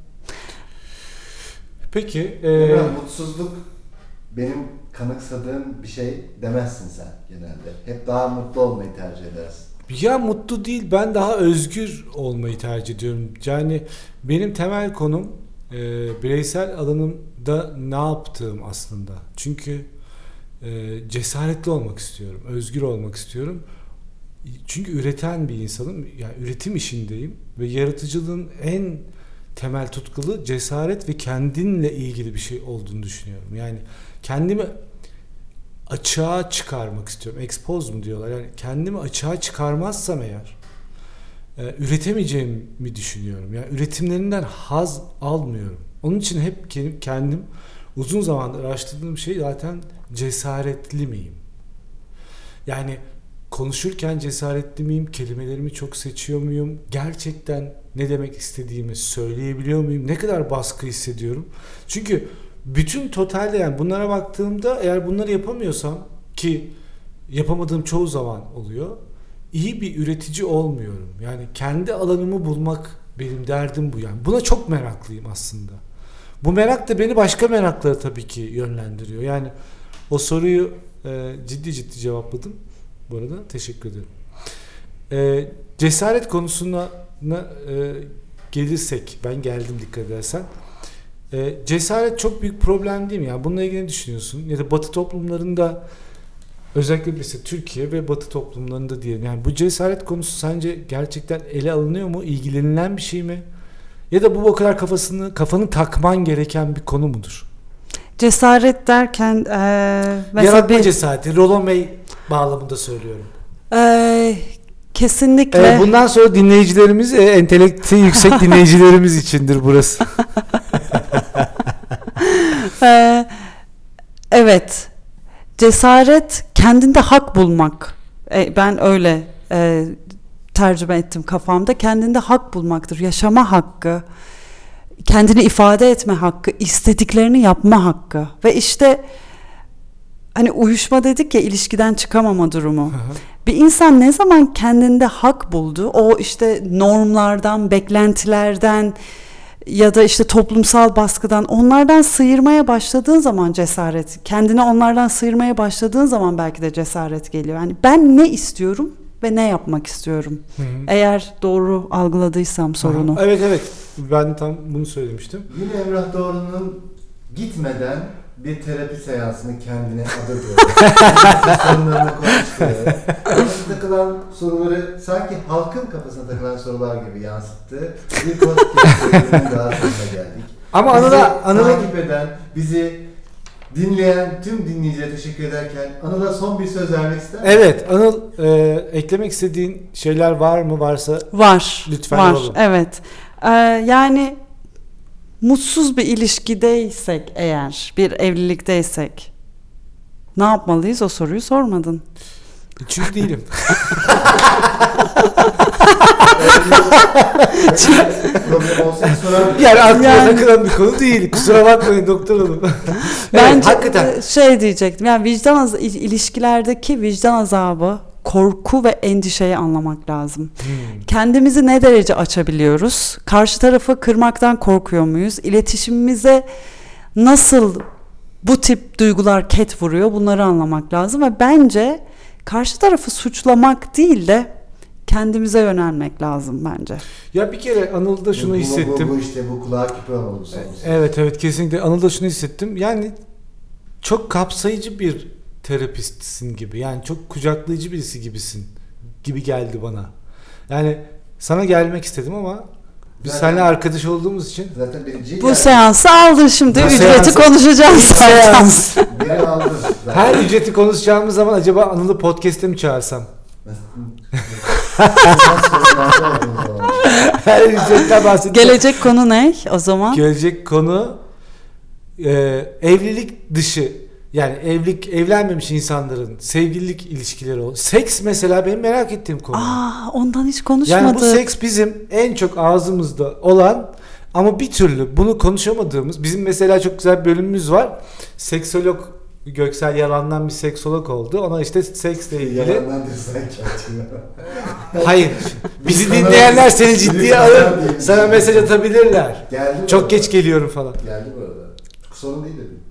A: Peki.
B: Mutsuzluk benim kanıksadığım bir şey demezsin sen genelde. Hep daha mutlu olmayı tercih edersin.
A: Ya mutlu değil, ben daha özgür olmayı tercih ediyorum. Yani benim temel konum bireysel alanımda ne yaptığım aslında. Çünkü cesaretli olmak istiyorum, özgür olmak istiyorum. Çünkü üreten bir insanım, yani üretim işindeyim ve yaratıcılığın en temel tutkulu cesaret ve kendinle ilgili bir şey olduğunu düşünüyorum. Yani kendimi açığa çıkarmak istiyorum. Expose mu diyorlar? Yani kendimi açığa çıkarmazsam eğer üretemeyeceğimi düşünüyorum. Yani üretimlerinden haz almıyorum. Onun için hep kendim uzun zamandır araştırdığım şey zaten cesaretli miyim? Yani konuşurken cesaretli miyim? Kelimelerimi çok seçiyor muyum? Gerçekten ne demek istediğimi söyleyebiliyor muyum? Ne kadar baskı hissediyorum? Çünkü bütün totalde, yani bunlara baktığımda eğer bunları yapamıyorsam, ki yapamadığım çoğu zaman oluyor, iyi bir üretici olmuyorum. Yani kendi alanımı bulmak benim derdim bu yani. Buna çok meraklıyım aslında. Bu merak da beni başka meraklara tabii ki yönlendiriyor. Yani o soruyu ciddi cevapladım. Bu arada teşekkür ederim. Cesaret konusuna gelirsek, ben geldim dikkat edersen. Cesaret çok büyük problem değil mi? Yani bununla ilgili ne düşünüyorsun? Ya da Batı toplumlarında, özellikle mesela Türkiye ve Batı toplumlarında diyelim. Yani bu cesaret konusu sence gerçekten ele alınıyor mu? İlgilenilen bir şey mi? Ya da bu o kadar kafanı takman gereken bir konu mudur?
C: Cesaret derken
A: yaratma cesareti, Rollo May bağlamında söylüyorum.
C: Kesinlikle.
A: Bundan sonra dinleyicilerimiz entelekti yüksek dinleyicilerimiz içindir burası.
C: Evet. Cesaret kendinde hak bulmak. Ben öyle tercüme ettim kafamda. Kendinde hak bulmaktır. Yaşama hakkı, kendini ifade etme hakkı, istediklerini yapma hakkı. Ve işte hani uyuşma dedik ya, ilişkiden çıkamama durumu. Bir insan ne zaman kendinde hak buldu, o işte normlardan, beklentilerden ya da işte toplumsal baskıdan, onlardan sıyırmaya başladığın zaman cesaret, kendini onlardan sıyırmaya başladığın zaman belki de cesaret geliyor. Yani ben ne istiyorum ve ne yapmak istiyorum? Eğer doğru algıladıysam sorunu.
A: Evet. Ben tam bunu söylemiştim.
B: Yine Emrah Doğru'nun gitmeden bir terapi seansını kendine adadı. Sorunlarını konuştu. Kafasına takılan soruları sanki halkın kafasına takılan sorular gibi yansıttı. Bir podcast'ın daha sonuna geldik.
A: Ama
B: Anıl'ı takip eden, bizi dinleyen tüm dinleyicilere teşekkür ederken Anıl'a son bir söz vermek ister misin?
A: Evet, Anıl, eklemek istediğin şeyler var mı? Varsa lütfen alalım.
C: Evet. Yani mutsuz bir ilişkideysek eğer, bir evlilikteysek ne yapmalıyız? O soruyu sormadın.
A: Çünkü değilim. Yani aklıma takılan bir konu değil. Kusura bakmayın doktor hanım.
C: Bence
A: hakikaten.
C: Şey diyecektim. Yani ilişkilerdeki vicdan azabı, korku ve endişeyi anlamak lazım. Kendimizi ne derece açabiliyoruz? Karşı tarafı kırmaktan korkuyor muyuz? İletişimimize nasıl bu tip duygular ket vuruyor? Bunları anlamak lazım ve bence karşı tarafı suçlamak değil de kendimize yönelmek lazım bence.
A: Ya bir kere Anıl'da şunu hissettim.
B: Bu işte bu kulağa küpe olmalı sonuçta.
A: Evet kesinlikle Anıl'da şunu hissettim. Yani çok kapsayıcı bir terapistsin gibi. Yani çok kucaklayıcı birisi gibisin gibi geldi bana. Yani sana gelmek istedim ama biz seninle arkadaş olduğumuz için
B: zaten birinci
C: bu seansı aldın şimdi. Ücreti konuşacağız zaten.
B: Biri aldı.
A: Her ücreti konuşacağımız zaman acaba Anıl'ı podcast'e mi çağırsam? Her ücretten bahsedeceğim.
C: Gelecek konu ne o zaman?
A: Gelecek konu evlilik dışı, yani evlenmemiş insanların sevgililik ilişkileri oldu. Seks mesela benim merak ettiğim konu.
C: Ondan hiç konuşmadık.
A: Yani bu seks bizim en çok ağzımızda olan ama bir türlü bunu konuşamadığımız, bizim mesela çok güzel bir bölümümüz var. Seksolog Göksel Yalan'dan bir seksolog oldu. Ona işte seksle ilgili.
B: Yalandan sanki
A: Hayır. Bizi dinleyenler seni ciddiye alır. Sana mesaj atabilirler.
B: Geldi
A: çok geç geliyorum falan.
B: Geldi bu arada. Sorun değil dedim.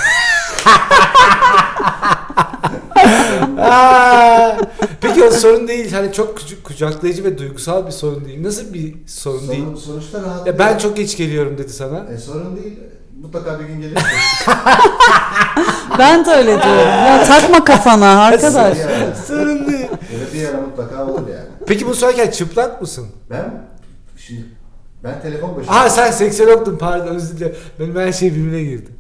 A: Peki o sorun değil. Hani çok kucaklayıcı ve duygusal bir sorun değil. Nasıl bir sorun değil?
B: Sonuçta rahat.
A: Ben çok geç geliyorum dedi sana.
B: Sorun değil. Mutlaka bir gün gelir.
C: Ben de öyle diyorum. Ya takma kafana arkadaş.
B: Yani.
A: Sorun değil.
B: Öyle bir ara mutlaka olur yani.
A: Peki bu sorarken çıplak mısın?
B: Ben telefon başında.
A: Aha sen seksoloktun, pardon, özür dilerim. Benim her şey birbirine girdi.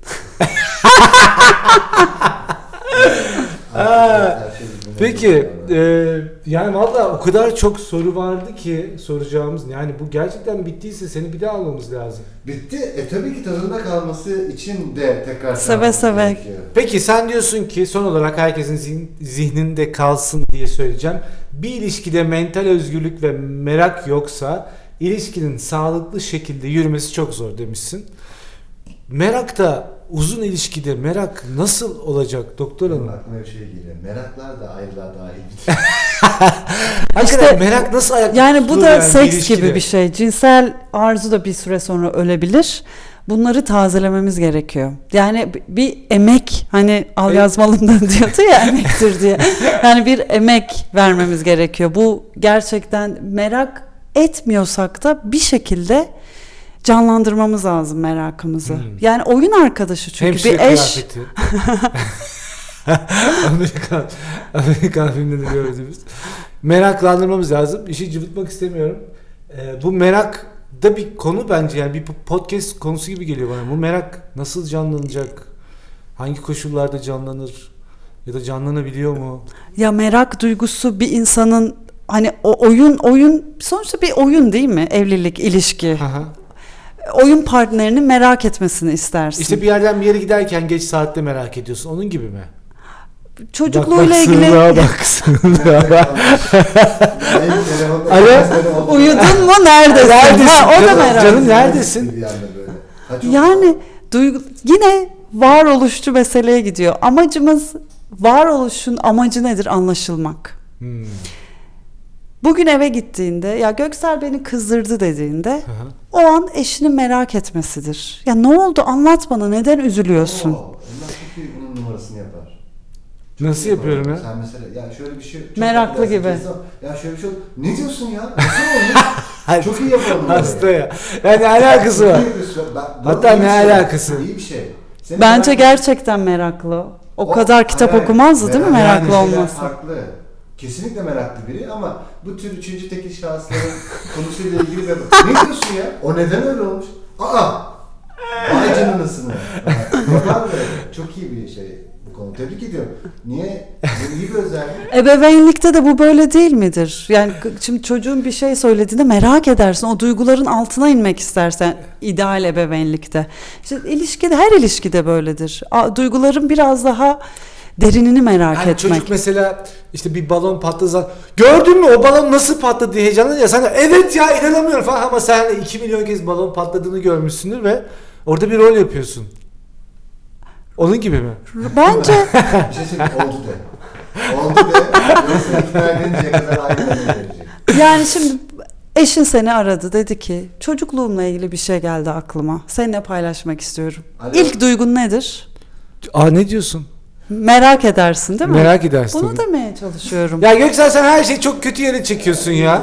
B: Her şey birbirine
A: Peki
B: giriyor.
A: yani valla o kadar çok soru vardı ki soracağımız, yani bu gerçekten bittiyse seni bir daha almamız lazım.
B: Bitti. Tabii ki tadında kalması için de tekrar
C: Seve
B: çalmamız
C: seve.
B: gerekiyor.
A: Peki sen diyorsun ki son olarak herkesin zihninde kalsın diye söyleyeceğim. Bir ilişkide mental özgürlük ve merak yoksa ilişkinin sağlıklı şekilde yürümesi çok zor demişsin. Merak da, uzun ilişkide merak nasıl olacak doktor
B: Benim
A: hanım?
B: aklıma bir şey geliyor. Meraklar da ayrılığa dahil.
A: Hakikaten
C: İşte,
A: merak nasıl ayakta
C: Yani bu
A: tutulur
C: da
A: yani
C: seks
A: ilişkide?
C: gibi bir şey. Cinsel arzu da bir süre sonra ölebilir. Bunları tazelememiz gerekiyor. Yani bir emek, hani al yazmalımdan diyordu ya, emektir diye. Yani bir emek vermemiz gerekiyor. Bu gerçekten, merak etmiyorsak da bir şekilde canlandırmamız lazım merakımızı. Yani oyun arkadaşı çünkü
A: Hemşire
C: bir eş.
A: kıyafeti. Amerikan filmlerinde gördüğümüz. Meraklandırmamız lazım. İşi cıvıtmak istemiyorum. Bu merak da bir konu bence, yani bir podcast konusu gibi geliyor bana. Bu merak nasıl canlanacak? Hangi koşullarda canlanır? Ya da canlanabiliyor mu?
C: Ya merak duygusu bir insanın, hani o oyun sonuçta bir oyun değil mi? Evlilik, ilişki.
A: Aha.
C: Oyun partnerini merak etmesini istersin.
A: İşte bir yerden bir yere giderken geç saatte merak ediyorsun. Onun gibi mi?
C: Çocukluğuyla
A: bak,
C: ilgili
A: sığınlığa bak, sığınlığa. Alo?
C: uyudun mu, neredesin?
A: Neredesin?
C: Ha, o da
A: Canım,
C: merak.
A: canım neredesin?
C: Yani yine varoluşçu meseleye gidiyor. Amacımız, varoluşun amacı nedir? Anlaşılmak. Bugün eve gittiğinde, ya Göksel beni kızdırdı dediğinde, o an eşinin merak etmesidir. Ya ne oldu, anlat bana, neden üzülüyorsun?
B: Onlar çok iyi bunun numarasını yapar.
A: Nasıl yapıyorum ya?
B: Sen mesela ya şöyle bir şey çok
C: Meraklı gibi.
B: Ya şöyle bir şey ne diyorsun ya? Nasıl olmuş? Çok iyi yaparım.
A: Hasta ya. Yani alakası var. Hatta ne alakası?
B: İyi bir şey.
C: Bence gerçekten meraklı. O kadar kitap okumazdı değil mi meraklı olması?
B: Farklı. Kesinlikle meraklı biri ama bu tür üçüncü tekil şahısların konusuyla ilgili ne diyorsun ya? O neden öyle olmuş? Vay canınasını. Yapar böyle. Çok iyi bir şey bu konu. Tebrik ediyorum. Niye? Bu iyi bir özellik.
C: Ebeveynlikte de bu böyle değil midir? Yani şimdi çocuğun bir şey söylediğinde merak edersin. O duyguların altına inmek istersen, ideal ebeveynlikte. İşte ilişkide, her ilişkide böyledir. Duyguların biraz daha derinini merak
A: Yani
C: etmek.
A: çocuk mesela işte bir balon patladığı zaman, gördün mü o balon nasıl patladı diye heyecanlanıyor ya, sen de evet ya inanamıyorum falan, ama sen de 2 milyon kez balon patladığını görmüşsündür ve orada bir rol yapıyorsun. Onun gibi mi?
C: Bence
B: Bir şey söyleyeyim. Oldu de. Oldu de. Yoksa ikna edinceye kadar ayrılmanı verecek.
C: yani şimdi eşin seni aradı, dedi ki çocukluğumla ilgili bir şey geldi aklıma. Seninle paylaşmak istiyorum.
B: Alo.
C: İlk duygun nedir?
A: Ne diyorsun?
C: Merak edersin değil mi?
A: Merak edersin.
C: Bunu demeye çalışıyorum.
A: Ya Göksel, sen her şeyi çok kötü yere çekiyorsun ya.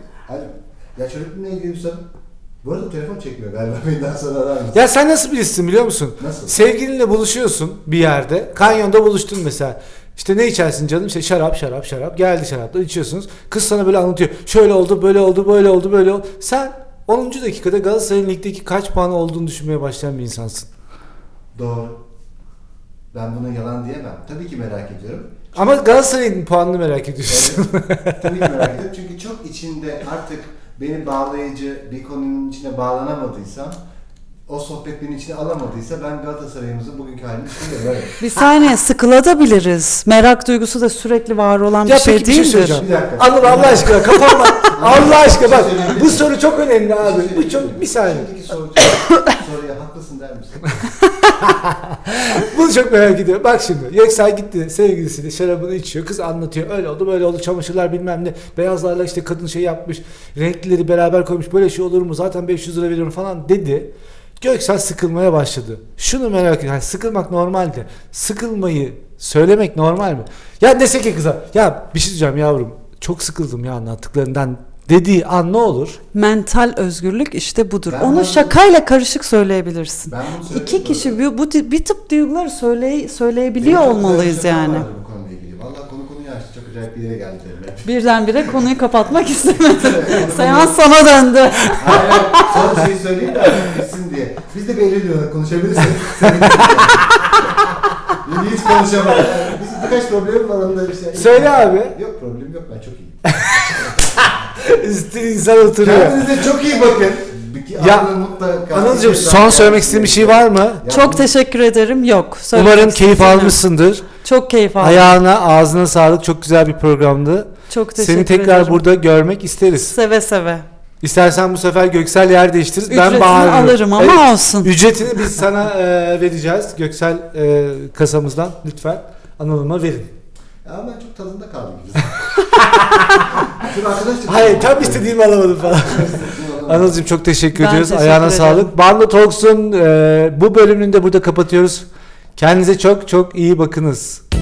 B: Ya çocukluğumla ilgili bir soru. Bu arada telefon çekmiyor galiba. Benden sonra arar mısın?
A: Ya sen nasıl birisin biliyor musun?
B: Nasıl?
A: Sevgilinle buluşuyorsun bir yerde. Kanyonda buluştun mesela. İşte ne içersin canım? İşte şarap. Geldi şaraplar, içiyorsunuz. Kız sana böyle anlatıyor. Şöyle oldu, böyle oldu, böyle oldu, böyle oldu. Sen 10. dakikada Galatasaray'ın ligdeki kaç puan olduğunu düşünmeye başlayan bir insansın.
B: Doğru. Ben bunu yalan diyemem. Tabii ki merak ediyorum.
A: Ama Galatasaray'ın puanını merak ediyorsun.
B: Tabii ki merak ediyorum. Çünkü çok içinde artık beni bağlayıcı bir konunun içine bağlanamadıysam, o sohbet beni içine alamadıysa ben Galatasaray'ımızın bugünkü halini düşünüyorum. Evet.
C: Bir saniye, sıkılabiliriz. Merak duygusu da sürekli var olan
A: Ya
C: bir şey
A: peki, bir şey
C: değildir.
A: söyleyeceğim.
B: Bir dakika.
A: Anıl, Allah aşkına kapanma. Allah aşkına bak.
B: Bir şey söyleyebilir
A: Bu
B: miyim?
A: soru çok önemli abi.
B: Bir şey
A: Bu çok, bir saniye.
B: Şimdiki soruya haklısın der misin?
A: Bunu çok merak ediyorum. Bak şimdi Göksel gitti sevgilisiyle şarabını içiyor. Kız anlatıyor. Öyle oldu, böyle oldu. Çamaşırlar bilmem ne. Beyazlarla işte kadın şey yapmış. Renklileri beraber koymuş. Böyle şey olur mu? Zaten 500 lira veriyorum falan dedi. Göksel sıkılmaya başladı. Şunu merak ediyorum. Yani sıkılmak normaldi. Sıkılmayı söylemek normal mi? Ya desek ki kıza, ya bir şey diyeceğim yavrum, çok sıkıldım ya anlattıklarından dediği an ne olur?
C: Mental özgürlük işte budur.
B: Ben
C: Onu
B: bunu-
C: şakayla karışık söyleyebilirsin.
B: Ben bunu söyledim
C: İki
B: mi?
C: kişi bir tıp duyguları söyleyebiliyor
B: Benim çok güzel
C: olmalıyız
B: bir şakam
C: yani.
B: vardı bu konuyla ilgili. Valla konuyu açtı. Çok acayip bir yere geldi.
C: Birdenbire konuyu kapatmak istemedim.
B: Evet,
C: Seans sana döndü.
B: Aynen. Son şeyi söyleyeyim de bitsin diye. Biz de bir Eylül yılında konuşabiliriz. Hiç konuşamadık. Yani bizim birkaç problemim var onda bir şey.
A: Söyle abi.
B: Yok problem yok, ben çok iyiyim.
A: Üstü insan oturuyor.
B: Kendinize çok iyi bakın.
A: Ya, Anılcığım son söylemek istediğin bir şey var mı?
C: Çok teşekkür ederim. Yok. söylemek
A: Umarım keyif
C: istediğim yok.
A: almışsındır.
C: Çok keyif aldım.
A: Ayağına, ağzına sağlık. Çok güzel bir programdı.
C: Çok teşekkür
A: Seni tekrar
C: ederim.
A: burada görmek isteriz.
C: Seve seve.
A: İstersen bu sefer Göksel yer değiştiririz. Ben
C: Ücretini
A: bağırırım.
C: alırım ama
A: Evet,
C: olsun.
A: ücretini biz sana vereceğiz. Göksel kasamızdan lütfen Anıl'ıma verin.
B: Ya ben çok tadında kaldım. Şunu arkadaş da-
A: Hayır, tam istediğimi alamadım falan. Anıl'cığım çok teşekkür
C: Ben
A: ediyoruz.
C: teşekkür
A: Ayağına
C: ederim.
A: sağlık. Bando Talks'un bu bölümünü de burada kapatıyoruz. Kendinize çok çok iyi bakınız.